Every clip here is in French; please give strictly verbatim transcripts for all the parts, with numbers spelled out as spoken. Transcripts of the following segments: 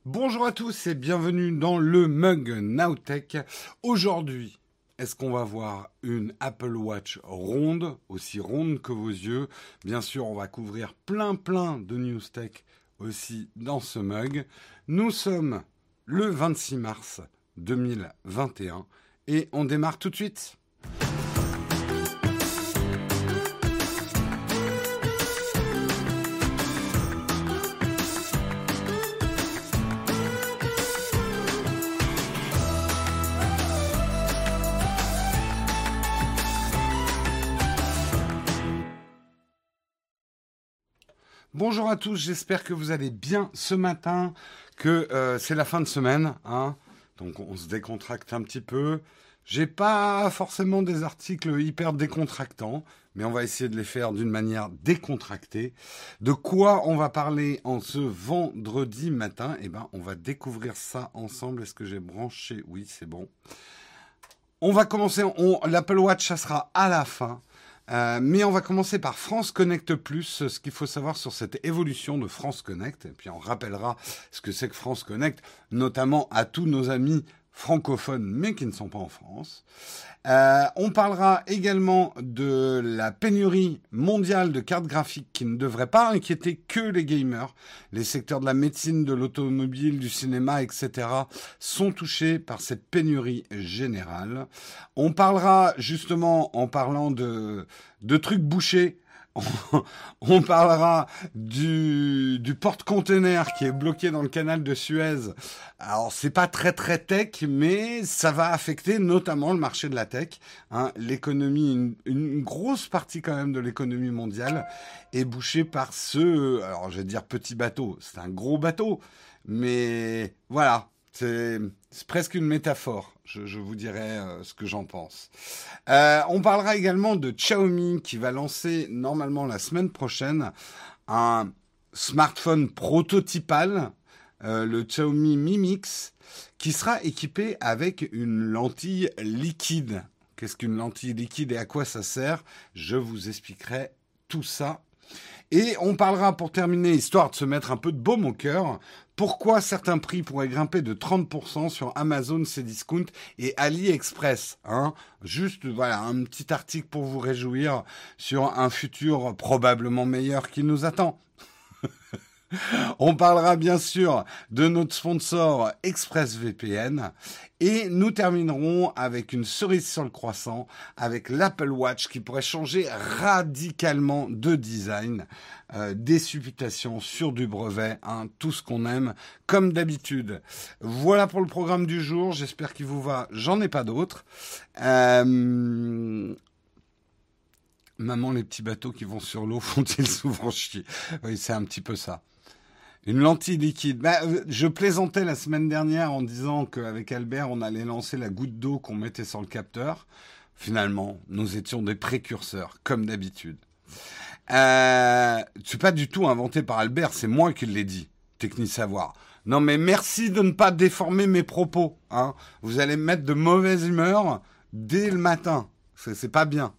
Bonjour à tous et bienvenue dans le Mug Nowtech. Aujourd'hui, est-ce qu'on va voir une Apple Watch ronde, aussi ronde que vos yeux? Bien sûr, on va couvrir plein plein de news tech aussi dans ce mug. Nous sommes le vingt-six mars deux mille vingt et un et on démarre tout de suite. Bonjour à tous, j'espère que vous allez bien ce matin, que euh, c'est la fin de semaine, hein, donc on se décontracte un petit peu. J'ai pas forcément des articles hyper décontractants, mais on va essayer de les faire d'une manière décontractée. De quoi on va parler en ce vendredi matin? Eh ben, on va découvrir ça ensemble. Est-ce que j'ai branché? Oui, c'est bon. On va commencer, on, l'Apple Watch, ça sera à la fin. Euh, mais on va commencer par France Connect Plus, ce qu'il faut savoir sur cette évolution de France Connect. Et puis on rappellera ce que c'est que France Connect, notamment à tous nos amis francophones, mais qui ne sont pas en France. Euh, on parlera également de la pénurie mondiale de cartes graphiques qui ne devrait pas inquiéter que les gamers. Les secteurs de la médecine, de l'automobile, du cinéma, et cetera sont touchés par cette pénurie générale. On parlera justement, en parlant de, de trucs bouchés, on parlera du, du porte-container qui est bloqué dans le canal de Suez. Alors, c'est pas très très tech, mais ça va affecter notamment le marché de la tech. Hein. L'économie, une, une grosse partie quand même de l'économie mondiale est bouchée par ce, alors je vais dire petit bateau. C'est un gros bateau, mais voilà. C'est, c'est presque une métaphore, je, je vous dirai euh, ce que j'en pense. Euh, on parlera également de Xiaomi qui va lancer normalement la semaine prochaine un smartphone prototypal, euh, le Xiaomi Mi Mix, qui sera équipé avec une lentille liquide. Qu'est-ce qu'une lentille liquide et à quoi ça sert? Je vous expliquerai tout ça. Et on parlera pour terminer, histoire de se mettre un peu de baume au cœur, pourquoi certains prix pourraient grimper de trente pour cent sur Amazon, Cdiscount et AliExpress. Hein. Juste voilà, un petit article pour vous réjouir sur un futur probablement meilleur qui nous attend. On parlera bien sûr de notre sponsor ExpressVPN et nous terminerons avec une cerise sur le croissant avec l'Apple Watch qui pourrait changer radicalement de design, euh, des supputations sur du brevet, hein, tout ce qu'on aime comme d'habitude. Voilà pour le programme du jour, j'espère qu'il vous va, j'en ai pas d'autres. Euh... Maman, les petits bateaux qui vont sur l'eau font-ils souvent chier? Oui, c'est un petit peu ça. Une lentille liquide. Bah, je plaisantais la semaine dernière en disant qu'avec Albert, on allait lancer la goutte d'eau qu'on mettait sur le capteur. Finalement, nous étions des précurseurs, comme d'habitude. Euh, c'est pas du tout inventé par Albert, c'est moi qui l'ai dit. Technisavoir. Non mais merci de ne pas déformer mes propos. Hein. Vous allez me mettre de mauvaise humeur dès le matin. C'est, c'est pas bien.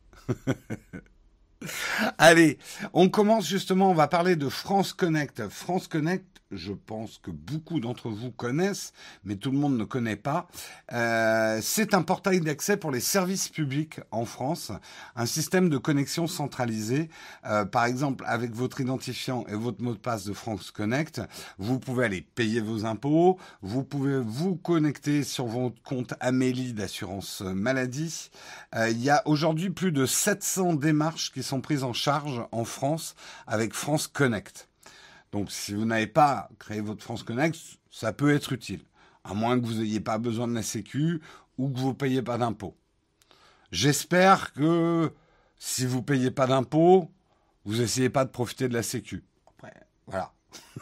Allez, on commence justement, on va parler de France Connect. France Connect, je pense que beaucoup d'entre vous connaissent, mais tout le monde ne connaît pas. Euh, c'est un portail d'accès pour les services publics en France, un système de connexion centralisé. Euh, par exemple, avec votre identifiant et votre mot de passe de France Connect, vous pouvez aller payer vos impôts, vous pouvez vous connecter sur votre compte Amélie d'assurance maladie. Euh, il y a aujourd'hui plus de sept cents démarches qui sont prises en charge en France avec France Connect. Donc, si vous n'avez pas créé votre France Connect, ça peut être utile. À moins que vous n'ayez pas besoin de la Sécu ou que vous ne payiez pas d'impôts. J'espère que si vous ne payez pas d'impôts, vous n'essayez pas de profiter de la Sécu. Après, voilà.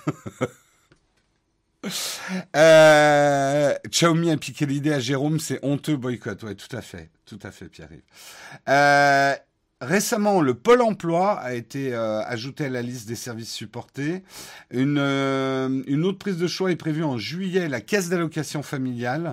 euh, Xiaomi a piqué l'idée à Jérôme, c'est honteux boycott. Ouais, tout à fait. Tout à fait, Pierre-Yves. Euh... Récemment, le Pôle emploi a été euh, ajouté à la liste des services supportés. Une, euh, une autre prise de choix est prévue en juillet, la caisse d'allocation familiale.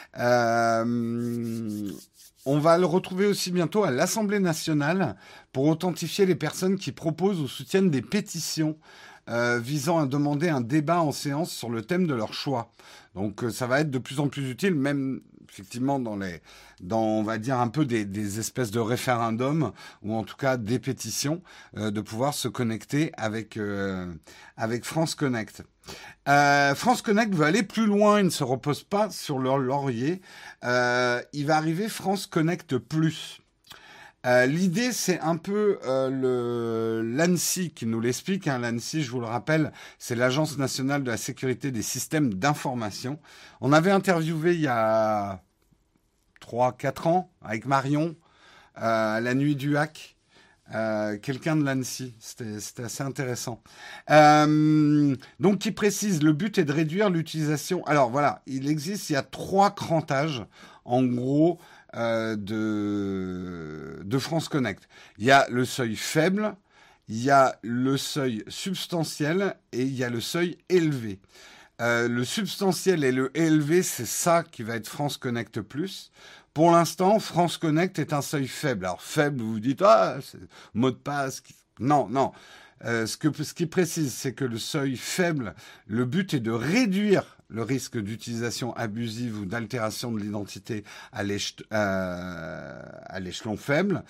Euh, on va le retrouver aussi bientôt à l'Assemblée nationale pour authentifier les personnes qui proposent ou soutiennent des pétitions euh, visant à demander un débat en séance sur le thème de leur choix. Donc euh, ça va être de plus en plus utile, même effectivement dans les, dans on va dire un peu des, des espèces de référendums ou en tout cas des pétitions, euh, de pouvoir se connecter avec euh, avec France Connect. Euh, France Connect veut aller plus loin, il ne se repose pas sur leur laurier. Euh, il va arriver France Connect Plus. Euh, l'idée, c'est un peu euh, le l'ANSSI qui nous l'explique. Hein. L'ANSSI, je vous le rappelle, c'est l'Agence nationale de la sécurité des systèmes d'information. On avait interviewé il y a trois quatre ans avec Marion, euh, à la nuit du hack, euh, quelqu'un de l'ANSSI. C'était, c'était assez intéressant. Euh, donc, qui précise, le but est de réduire l'utilisation. Alors voilà, il existe, il y a trois crantages, en gros, Euh, de, de France Connect. Il y a le seuil faible, il y a le seuil substantiel et il y a le seuil élevé. Euh, le substantiel et le élevé, c'est ça qui va être France Connect Plus. Pour l'instant, France Connect est un seuil faible. Alors faible, vous vous dites, ah, c'est mot de passe. Non, non. Euh, ce, que, ce qui précise, c'est que le seuil faible, le but est de réduire le risque d'utilisation abusive ou d'altération de l'identité à, l'éche, euh, à l'échelon faible.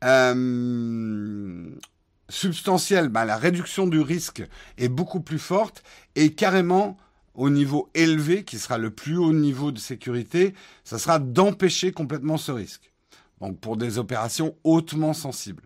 Euh, substantiel, ben, la réduction du risque est beaucoup plus forte et carrément au niveau élevé, qui sera le plus haut niveau de sécurité, ça sera d'empêcher complètement ce risque. Donc pour des opérations hautement sensibles.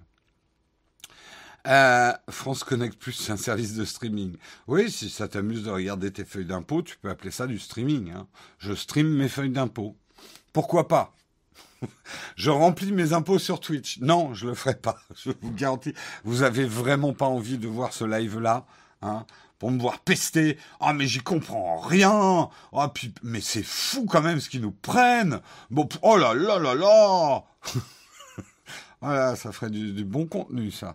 Euh, France Connect Plus, c'est un service de streaming. Oui, si ça t'amuse de regarder tes feuilles d'impôt, tu peux appeler ça du streaming. Hein. Je stream mes feuilles d'impôt. Pourquoi pas? Je remplis mes impôts sur Twitch. Non, je le ferai pas. Je vous garantis. Vous avez vraiment pas envie de voir ce live-là, hein, pour me voir pester. Ah, mais j'y comprends rien. Ah, puis, mais c'est fou quand même ce qu'ils nous prennent. Bon, oh là là là là. Voilà, ça ferait du, du bon contenu, ça.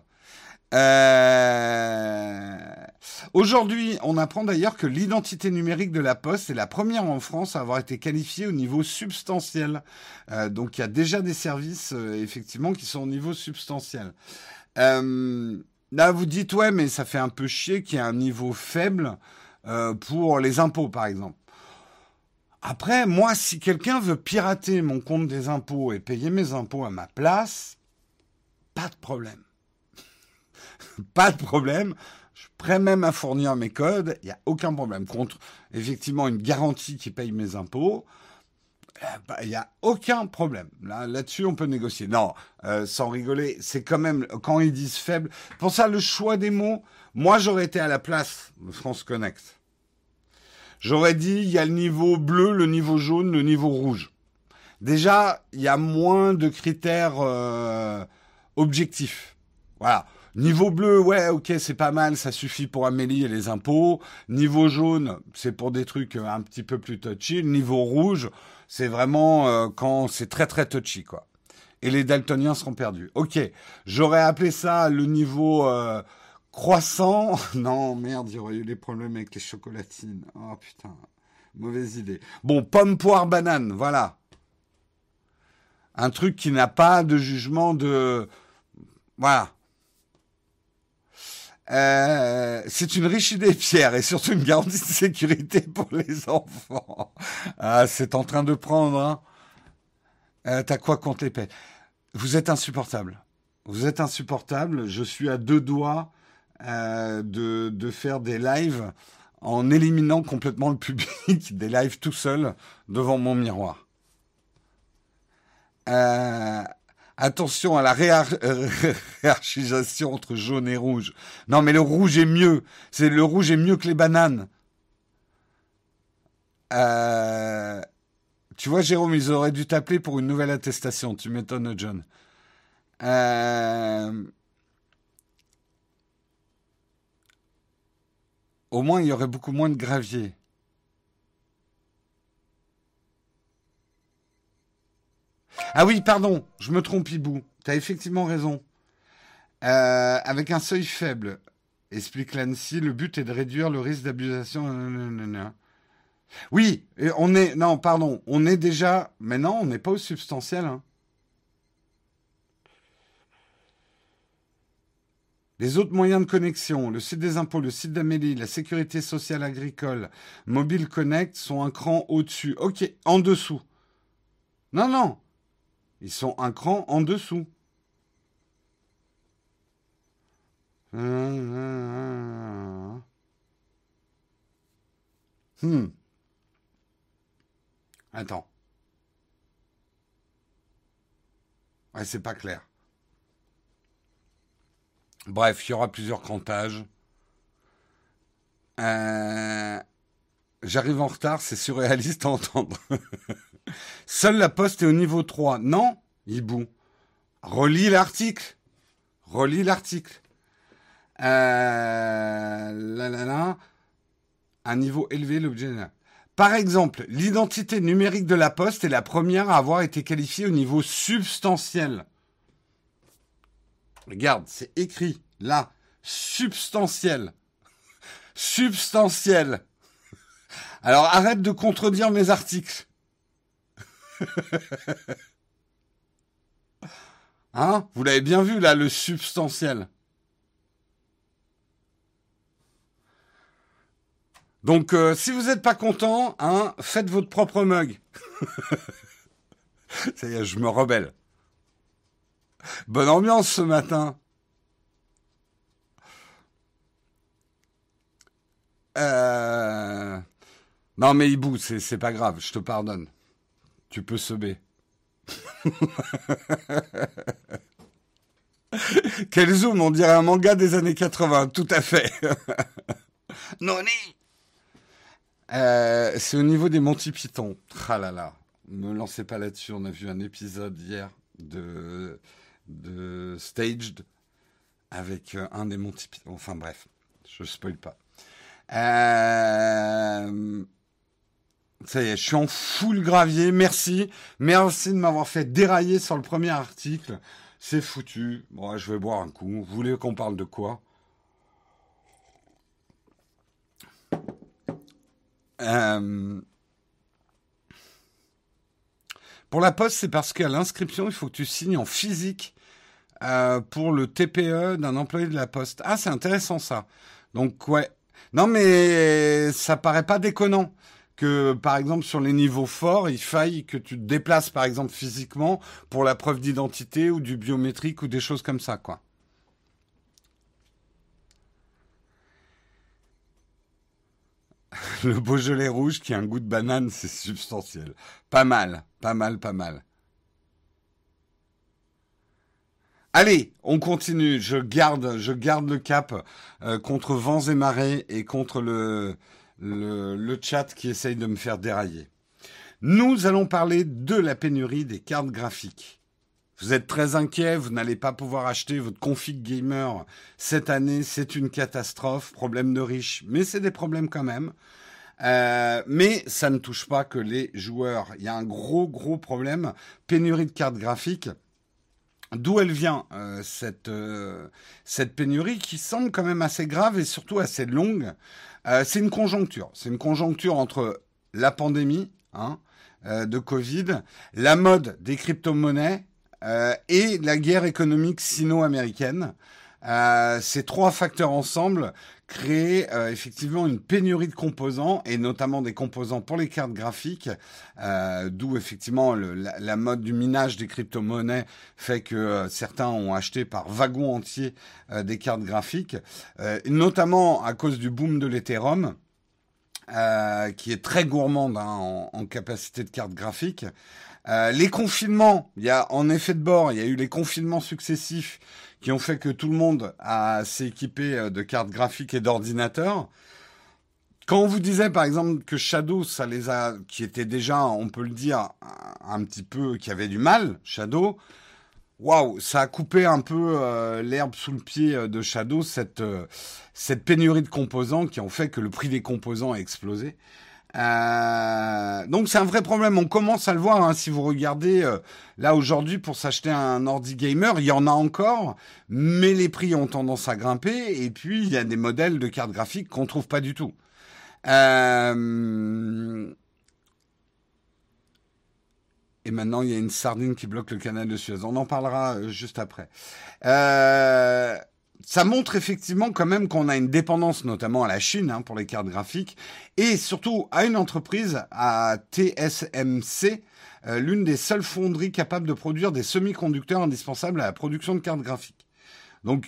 Euh... Aujourd'hui, on apprend d'ailleurs que l'identité numérique de la Poste est la première en France à avoir été qualifiée au niveau substantiel. Euh, donc, il y a déjà des services, euh, effectivement, qui sont au niveau substantiel. Euh, là, vous dites, ouais, mais ça fait un peu chier qu'il y ait un niveau faible euh, pour les impôts, par exemple. Après, moi, si quelqu'un veut pirater mon compte des impôts et payer mes impôts à ma place, pas de problème. Pas de problème. Je suis prêt même à fournir mes codes. Il n'y a aucun problème. Contre, effectivement, une garantie qui paye mes impôts, il bah, n'y a aucun problème. Là, là-dessus, on peut négocier. Non, euh, sans rigoler, c'est quand même, quand ils disent faible, pour ça, le choix des mots, moi, j'aurais été à la place de France Connect. J'aurais dit, il y a le niveau bleu, le niveau jaune, le niveau rouge. Déjà, il y a moins de critères euh, objectifs. Voilà. Niveau bleu, ouais, ok, c'est pas mal, ça suffit pour Amélie et les impôts. Niveau jaune, c'est pour des trucs un petit peu plus touchy. Niveau rouge, c'est vraiment euh, quand c'est très très touchy, quoi. Et les daltoniens seront perdus. Ok, j'aurais appelé ça le niveau euh, croissant. Non, merde, il y aurait eu des problèmes avec les chocolatines. Oh putain, mauvaise idée. Bon, pomme, poire, banane, voilà. Un truc qui n'a pas de jugement de... Voilà. Euh, c'est une riche idée, Pierre, et surtout une garantie de sécurité pour les enfants. Ah, c'est en train de prendre, hein. Euh, t'as quoi contre les pets? Vous êtes insupportable. Vous êtes insupportable. Je suis à deux doigts euh, de, de faire des lives en éliminant complètement le public, des lives tout seul devant mon miroir. Euh... Attention à la réar- hiérarchisation entre jaune et rouge. Non, mais le rouge est mieux. C'est le rouge est mieux que les bananes. Euh... Tu vois, Jérôme, ils auraient dû t'appeler pour une nouvelle attestation. Tu m'étonnes, John. Euh... Au moins, il y aurait beaucoup moins de gravier. Ah oui, pardon, je me trompe, Hibou. Tu as effectivement raison. Euh, avec un seuil faible, explique l'ANSSI, le but est de réduire le risque d'abusation. Oui, et on est... Non, pardon, on est déjà... Mais non, on n'est pas au substantiel. Hein. Les autres moyens de connexion, le site des impôts, le site d'Amélie, la sécurité sociale agricole, Mobile Connect sont un cran au-dessus. Ok, en dessous. Non, non. Ils sont un cran en dessous. Hmm. Attends. Ouais, c'est pas clair. Bref, il y aura plusieurs crantages. Euh, J'arrive en retard, c'est surréaliste à entendre. Seule la poste est au niveau trois. Non, hibou. Relis l'article. Relis l'article. Euh, là, là, là. Un niveau élevé, l'objet. Par exemple, l'identité numérique de la poste est la première à avoir été qualifiée au niveau substantiel. Regarde, c'est écrit là. Substantiel. Substantiel. Alors arrête de contredire mes articles. Hein? Vous l'avez bien vu là, le substantiel. Donc euh, si vous n'êtes pas content, hein, faites votre propre mug. Ça y est, je me rebelle. Bonne ambiance ce matin. Euh... Non mais Hibou, c'est, c'est pas grave, je te pardonne. Tu peux semer. Quel zoom, on dirait un manga des années quatre-vingts, tout à fait. Noni. Euh, c'est au niveau des Monty Python. Ah là là, ne me lancez pas là-dessus, on a vu un épisode hier de, de Staged avec un des Monty Python. Enfin bref, je spoil pas. Euh... Ça y est, je suis en full gravier. Merci. Merci de m'avoir fait dérailler sur le premier article. C'est foutu. Bon, je vais boire un coup. Vous voulez qu'on parle de quoi? euh... Pour la poste, c'est parce qu'à l'inscription, il faut que tu signes en physique euh, pour le T P E d'un employé de la poste. Ah, c'est intéressant ça. Donc, ouais. Non, mais ça paraît pas déconnant que, par exemple, sur les niveaux forts, il faille que tu te déplaces, par exemple, physiquement pour la preuve d'identité ou du biométrique ou des choses comme ça, quoi. Le Beaujolais rouge qui a un goût de banane, c'est substantiel. Pas mal, pas mal, pas mal. Allez, on continue. Je garde, je garde le cap euh, contre vents et marées et contre le, le, le chat qui essaye de me faire dérailler. Nous allons parler de la pénurie des cartes graphiques. Vous êtes très inquiet, vous n'allez pas pouvoir acheter votre config gamer cette année, c'est une catastrophe, problème de riches, mais c'est des problèmes quand même. Euh, mais ça ne touche pas que les joueurs. Il y a un gros, gros problème, pénurie de cartes graphiques. D'où elle vient, euh, cette, euh, cette pénurie qui semble quand même assez grave et surtout assez longue. Euh, c'est une conjoncture. C'est une conjoncture entre la pandémie hein, euh, de Covid, la mode des crypto-monnaies euh, et la guerre économique sino-américaine. Euh, ces trois facteurs ensemble créent euh, effectivement une pénurie de composants et notamment des composants pour les cartes graphiques, euh, d'où effectivement le, la, la mode du minage des crypto-monnaies fait que euh, certains ont acheté par wagon entier euh, des cartes graphiques, euh, notamment à cause du boom de l'Ethereum, euh, qui est très gourmande hein, en, en capacité de cartes graphiques. Euh, les confinements, il y a en effet de bord, il y a eu les confinements successifs qui ont fait que tout le monde a s'est équipé de cartes graphiques et d'ordinateurs. Quand on vous disait par exemple que Shadow, ça les a, qui était déjà, on peut le dire, un, un petit peu, qui avait du mal, Shadow, waouh, ça a coupé un peu euh, l'herbe sous le pied de Shadow, cette, euh, cette pénurie de composants qui ont fait que le prix des composants a explosé. Euh, donc c'est un vrai problème. On commence à le voir. Hein, si vous regardez euh, là aujourd'hui pour s'acheter un ordi gamer, il y en a encore, mais les prix ont tendance à grimper. Et puis il y a des modèles de cartes graphiques qu'on trouve pas du tout. Euh... Et maintenant il y a une sardine qui bloque le canal de Suez. On en parlera euh, juste après. Euh... ça montre effectivement quand même qu'on a une dépendance, notamment à la Chine, hein, pour les cartes graphiques, et surtout à une entreprise, à T S M C, euh, l'une des seules fonderies capables de produire des semi-conducteurs indispensables à la production de cartes graphiques. Donc,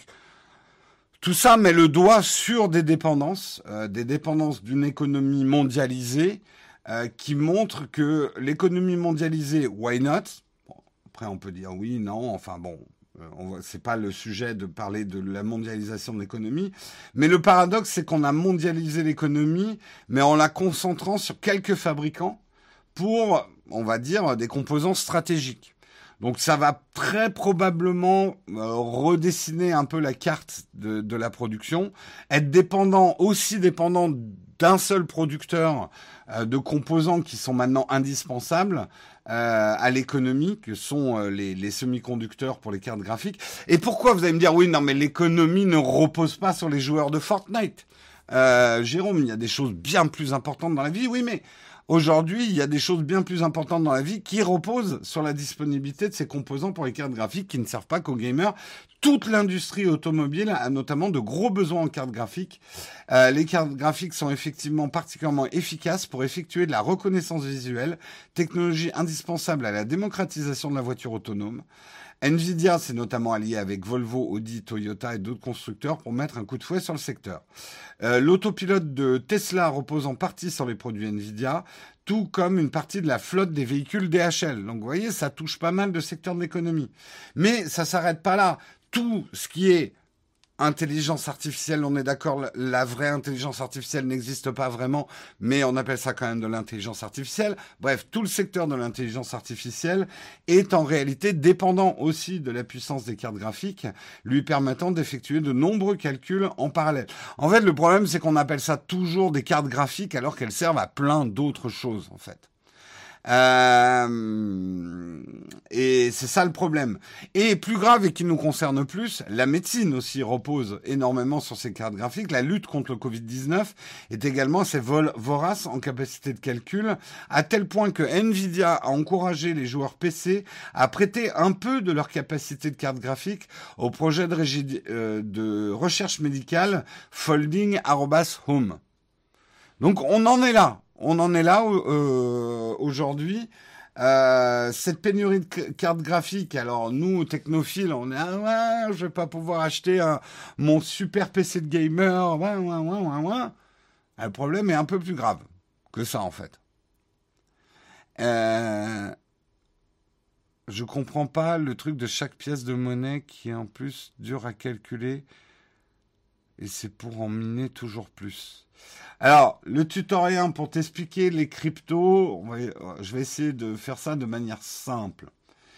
tout ça met le doigt sur des dépendances, euh, des dépendances d'une économie mondialisée, euh, qui montrent que l'économie mondialisée, why not? Bon, après, on peut dire oui, non, enfin bon... Euh, c'est pas le sujet de parler de la mondialisation de l'économie, mais le paradoxe, c'est qu'on a mondialisé l'économie, mais en la concentrant sur quelques fabricants pour, on va dire, des composants stratégiques. Donc ça va très probablement euh, redessiner un peu la carte de, de la production, être dépendant, aussi dépendant d'un seul producteur euh, de composants qui sont maintenant indispensables euh, à l'économie, que sont euh, les, les semi-conducteurs pour les cartes graphiques. Et pourquoi vous allez me dire, oui, non, mais l'économie ne repose pas sur les joueurs de Fortnite. Euh, Jérôme, il y a des choses bien plus importantes dans la vie, oui, mais... Aujourd'hui, il y a des choses bien plus importantes dans la vie qui reposent sur la disponibilité de ces composants pour les cartes graphiques qui ne servent pas qu'aux gamers. Toute l'industrie automobile a notamment de gros besoins en cartes graphiques. Euh, les cartes graphiques sont effectivement particulièrement efficaces pour effectuer de la reconnaissance visuelle, technologie indispensable à la démocratisation de la voiture autonome. Nvidia s'est notamment allié avec Volvo, Audi, Toyota et d'autres constructeurs pour mettre un coup de fouet sur le secteur. Euh, l'autopilote de Tesla repose en partie sur les produits Nvidia, tout comme une partie de la flotte des véhicules D H L. Donc vous voyez, ça touche pas mal de secteurs de l'économie. Mais ça s'arrête pas là. Tout ce qui est intelligence artificielle, on est d'accord, la vraie intelligence artificielle n'existe pas vraiment, mais on appelle ça quand même de l'intelligence artificielle. Bref, tout le secteur de l'intelligence artificielle est en réalité dépendant aussi de la puissance des cartes graphiques, lui permettant d'effectuer de nombreux calculs en parallèle. En fait, le problème, c'est qu'on appelle ça toujours des cartes graphiques alors qu'elles servent à plein d'autres choses, en fait. Euh, et c'est ça le problème. Et plus grave et qui nous concerne plus, la médecine aussi repose énormément sur ces cartes graphiques. La lutte contre le covid dix-neuf est également assez vol- vorace en capacité de calcul, à tel point que Nvidia a encouragé les joueurs P C à prêter un peu de leur capacité de carte graphique au projet de, régi- euh, de recherche médicale Folding arobase Home. Donc on en est là. On en est là euh, aujourd'hui. Euh, cette pénurie de cartes graphiques, alors nous, technophiles, on est ah ouais, je vais pas pouvoir acheter un, mon super P C de gamer. Ouais, ouais, ouais, ouais, ouais. Le problème est un peu plus grave que ça, en fait. Euh, je comprends pas le truc de chaque pièce de monnaie qui est en plus dur à calculer et c'est pour en miner toujours plus. Alors, le tutoriel pour t'expliquer les cryptos, on va, je vais essayer de faire ça de manière simple.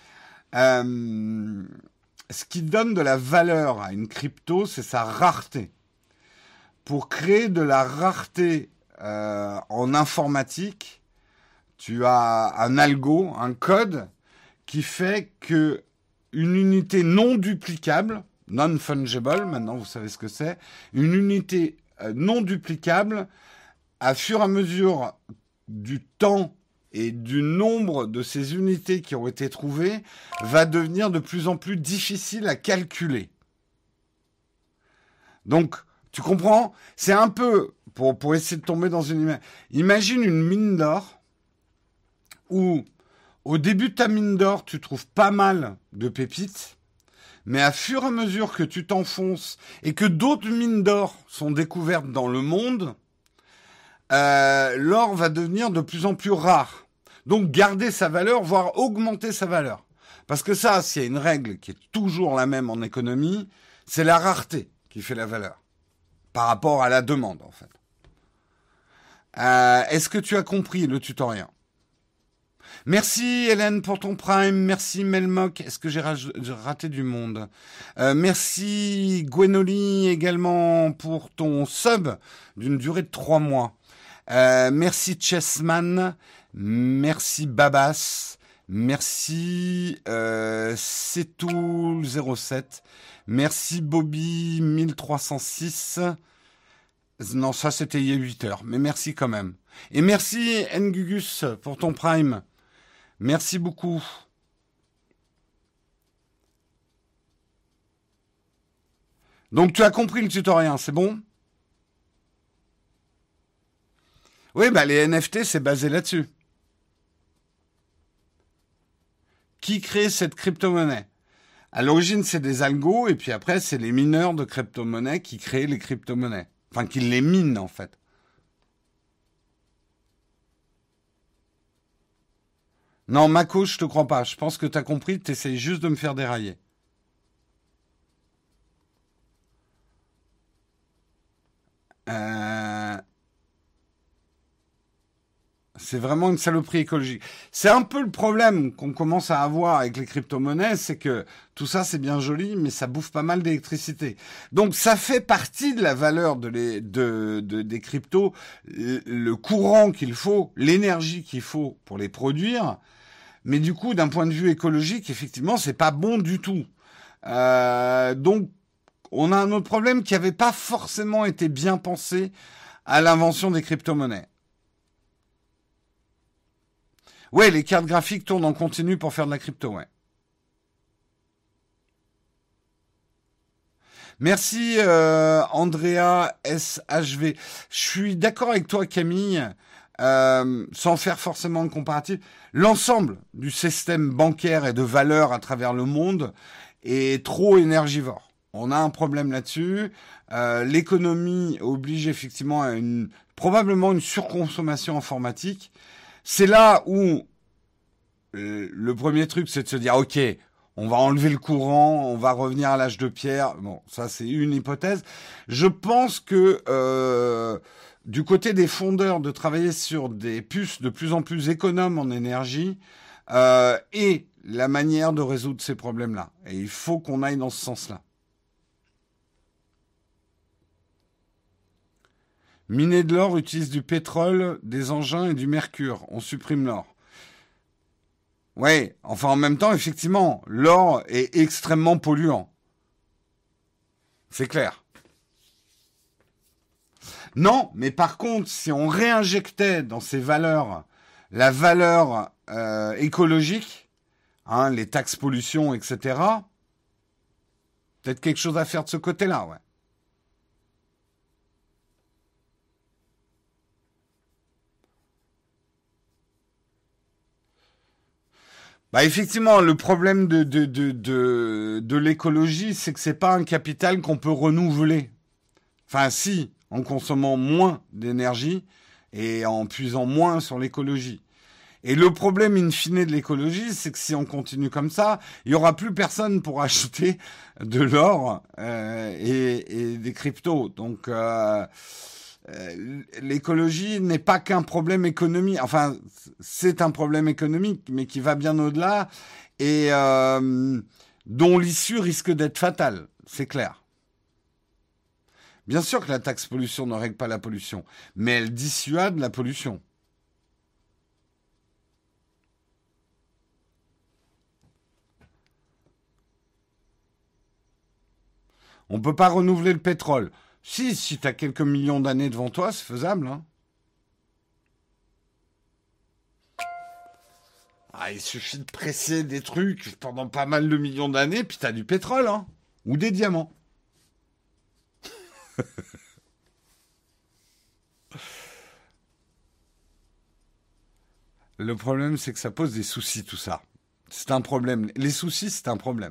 Euh, ce qui donne de la valeur à une crypto, c'est sa rareté. Pour créer de la rareté euh, en informatique, tu as un algo, un code qui fait que une unité non duplicable, non-fungible, maintenant vous savez ce que c'est, une unité non duplicable, à fur et à mesure du temps et du nombre de ces unités qui ont été trouvées, va devenir de plus en plus difficile à calculer. Donc, tu comprends? C'est un peu, pour, pour essayer de tomber dans une image, imagine une mine d'or où, au début de ta mine d'or, tu trouves pas mal de pépites, mais à fur et à mesure que tu t'enfonces et que d'autres mines d'or sont découvertes dans le monde, euh, l'or va devenir de plus en plus rare. Donc garder sa valeur, voire augmenter sa valeur. Parce que ça, s'il y a une règle qui est toujours la même en économie, c'est la rareté qui fait la valeur. Par rapport à la demande, en fait. Euh, est-ce que tu as compris le tutoriel ? Merci Hélène pour ton prime, merci Melmoc, est-ce que j'ai raté du monde euh, Merci Gwenoli également pour ton sub d'une durée de trois mois. Euh, merci Chessman, merci Babas, merci euh, Setou zéro sept, merci Bobby mille trois cent six. Non, ça c'était il y a huit heures, mais merci quand même. Et merci Ngugus pour ton prime. Merci beaucoup. Donc tu as compris le tutoriel, c'est bon? Oui, bah les N F T, c'est basé là-dessus. Qui crée cette crypto-monnaie? À l'origine, c'est des algos, et puis après, c'est les mineurs de crypto-monnaies qui créent les crypto-monnaies. Enfin, qui les minent, en fait. Non, Mako, je te crois pas. Je pense que t'as compris, t'essayes juste de me faire dérailler. Euh, C'est vraiment une saloperie écologique. C'est un peu le problème qu'on commence à avoir avec les crypto-monnaies, c'est que tout ça c'est bien joli, mais ça bouffe pas mal d'électricité. Donc ça fait partie de la valeur de les, de, de- des cryptos, le le courant qu'il faut, l'énergie qu'il faut pour les produire. Mais du coup, d'un point de vue écologique, effectivement, c'est pas bon du tout. Euh, donc on a un autre problème qui n'avait pas forcément été bien pensé à l'invention des crypto-monnaies. Ouais, les cartes graphiques tournent en continu pour faire de la crypto, ouais. Merci euh, Andrea S H V. Je suis d'accord avec toi Camille, euh, sans faire forcément de comparatif. L'ensemble du système bancaire et de valeurs à travers le monde est trop énergivore. On a un problème là-dessus. Euh, L'économie oblige effectivement à une probablement une surconsommation informatique. C'est là où euh, le premier truc, c'est de se dire, OK, on va enlever le courant, on va revenir à l'âge de pierre. Bon, ça, c'est une hypothèse. Je pense que euh, du côté des fondeurs, de travailler sur des puces de plus en plus économes en énergie euh, est la manière de résoudre ces problèmes-là. Et il faut qu'on aille dans ce sens-là. Miner de l'or utilise du pétrole, des engins et du mercure. On supprime l'or. Ouais, enfin en même temps, effectivement, l'or est extrêmement polluant. C'est clair. Non, mais par contre, si on réinjectait dans ces valeurs la valeur euh, écologique, hein, les taxes pollution, et cetera, peut-être quelque chose à faire de ce côté-là, ouais. Bah effectivement, le problème de, de, de, de, de l'écologie, c'est que c'est pas un capital qu'on peut renouveler. Enfin, si, en consommant moins d'énergie et en puisant moins sur l'écologie. Et le problème in fine de l'écologie, c'est que si on continue comme ça, il y aura plus personne pour acheter de l'or euh, et, et des cryptos. Donc, euh, euh, l'écologie n'est pas qu'un problème économique. Enfin, c'est un problème économique, mais qui va bien au-delà et euh, dont l'issue risque d'être fatale. C'est clair. Bien sûr que la taxe pollution ne règle pas la pollution, mais elle dissuade la pollution. On ne peut pas renouveler le pétrole. Si, si tu as quelques millions d'années devant toi, c'est faisable. Hein. Ah, il suffit de presser des trucs pendant pas mal de millions d'années, puis tu as du pétrole, hein. Ou des diamants. Le problème, c'est que ça pose des soucis, tout ça. C'est un problème. Les soucis, c'est un problème.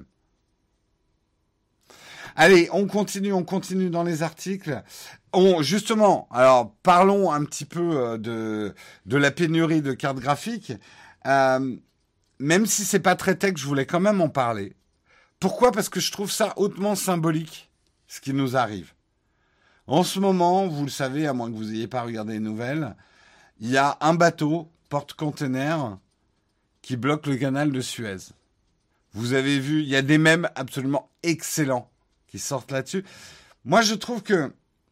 Allez, on continue, on continue dans les articles. On, justement, alors parlons un petit peu euh, de, de la pénurie de cartes graphiques. Euh, même si c'est pas très tech, je voulais quand même en parler. Pourquoi? Parce que je trouve ça hautement symbolique, ce qui nous arrive. En ce moment, vous le savez, à moins que vous n'ayez pas regardé les nouvelles, il y a un bateau porte-container qui bloque le canal de Suez. Vous avez vu, il y a des mèmes absolument excellents qui sortent là-dessus. Moi, je trouve que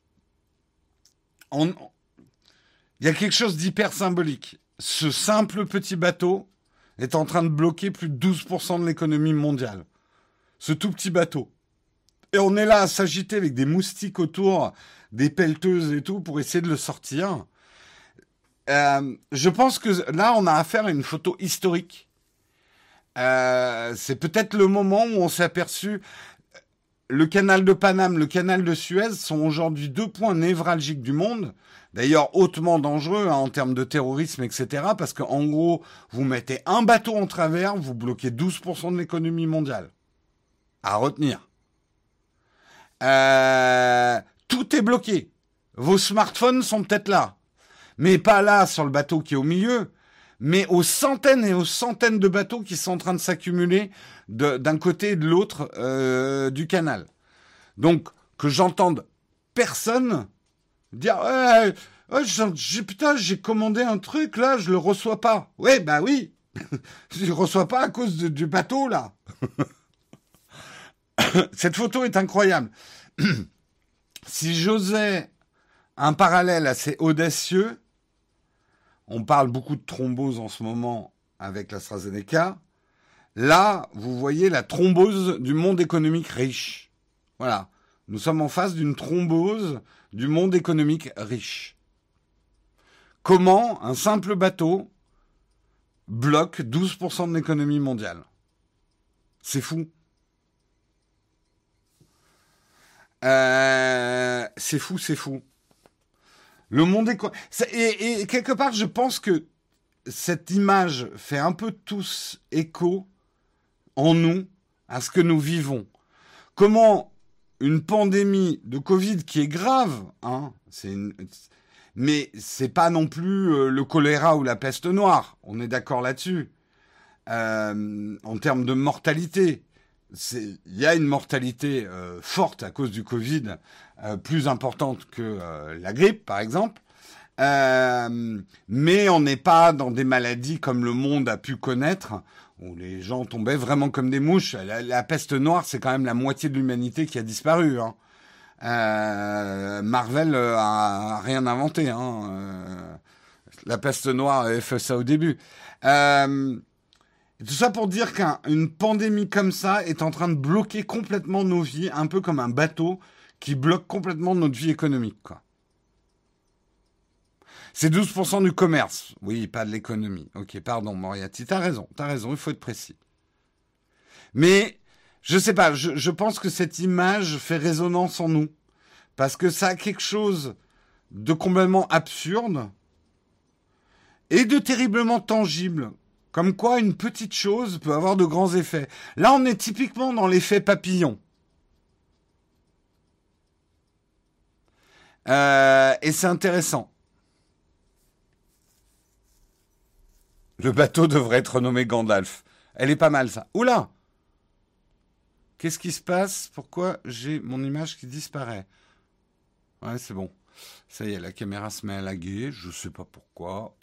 on, il y a quelque chose d'hyper symbolique. Ce simple petit bateau est en train de bloquer plus de douze pour cent de l'économie mondiale. Ce tout petit bateau. Et on est là à s'agiter avec des moustiques autour, des pelleteuses et tout, pour essayer de le sortir. Euh, je pense que là, on a affaire à une photo historique. Euh, c'est peut-être le moment où on s'est aperçu le canal de Paname, le canal de Suez sont aujourd'hui deux points névralgiques du monde, d'ailleurs hautement dangereux hein, en termes de terrorisme, et cetera. Parce qu'en gros, vous mettez un bateau en travers, vous bloquez douze pour cent de l'économie mondiale. À retenir. Euh, tout est bloqué. Vos smartphones sont peut-être là, mais pas là sur le bateau qui est au milieu, mais aux centaines et aux centaines de bateaux qui sont en train de s'accumuler de, d'un côté et de l'autre euh, du canal. Donc, que j'entende personne dire ouais, ouais, j'ai, putain, j'ai commandé un truc, là, je le reçois pas. Ouais, bah oui, je le reçois pas à cause de, du bateau, là. Cette photo est incroyable. Si j'osais un parallèle assez audacieux, on parle beaucoup de thrombose en ce moment avec l'AstraZeneca. Là, vous voyez la thrombose du monde économique riche. Voilà. Nous sommes en face d'une thrombose du monde économique riche. Comment un simple bateau bloque douze pour cent de l'économie mondiale? C'est fou. Euh, c'est fou, c'est fou. Le monde est quoi et, et quelque part, je pense que cette image fait un peu tous écho en nous à ce que nous vivons. Comment une pandémie de Covid qui est grave, hein, c'est une, mais c'est pas non plus euh, le choléra ou la peste noire. On est d'accord là-dessus. Euh, en termes de mortalité, il y a une mortalité euh, forte à cause du Covid, euh, plus importante que euh, la grippe, par exemple. Euh, mais on n'est pas dans des maladies comme le monde a pu connaître, où les gens tombaient vraiment comme des mouches. La, la peste noire, c'est quand même la moitié de l'humanité qui a disparu. Hein. Euh, Marvel a, a rien inventé. Hein. Euh, la peste noire avait fait ça au début. Euh, Tout ça pour dire qu'une pandémie comme ça est en train de bloquer complètement nos vies, un peu comme un bateau qui bloque complètement notre vie économique, quoi. C'est douze pour cent du commerce. Oui, pas de l'économie. Ok, pardon, Moriarty, t'as raison, t'as raison, il faut être précis. Mais, je sais pas, je, je pense que cette image fait résonance en nous. Parce que ça a quelque chose de complètement absurde et de terriblement tangible. Comme quoi, une petite chose peut avoir de grands effets. Là, on est typiquement dans l'effet papillon. Euh, et c'est intéressant. Le bateau devrait être nommé Gandalf. Elle est pas mal, ça. Oula! Qu'est-ce qui se passe? Pourquoi j'ai mon image qui disparaît? Ouais, c'est bon. Ça y est, la caméra se met à laguer. Je sais pas pourquoi.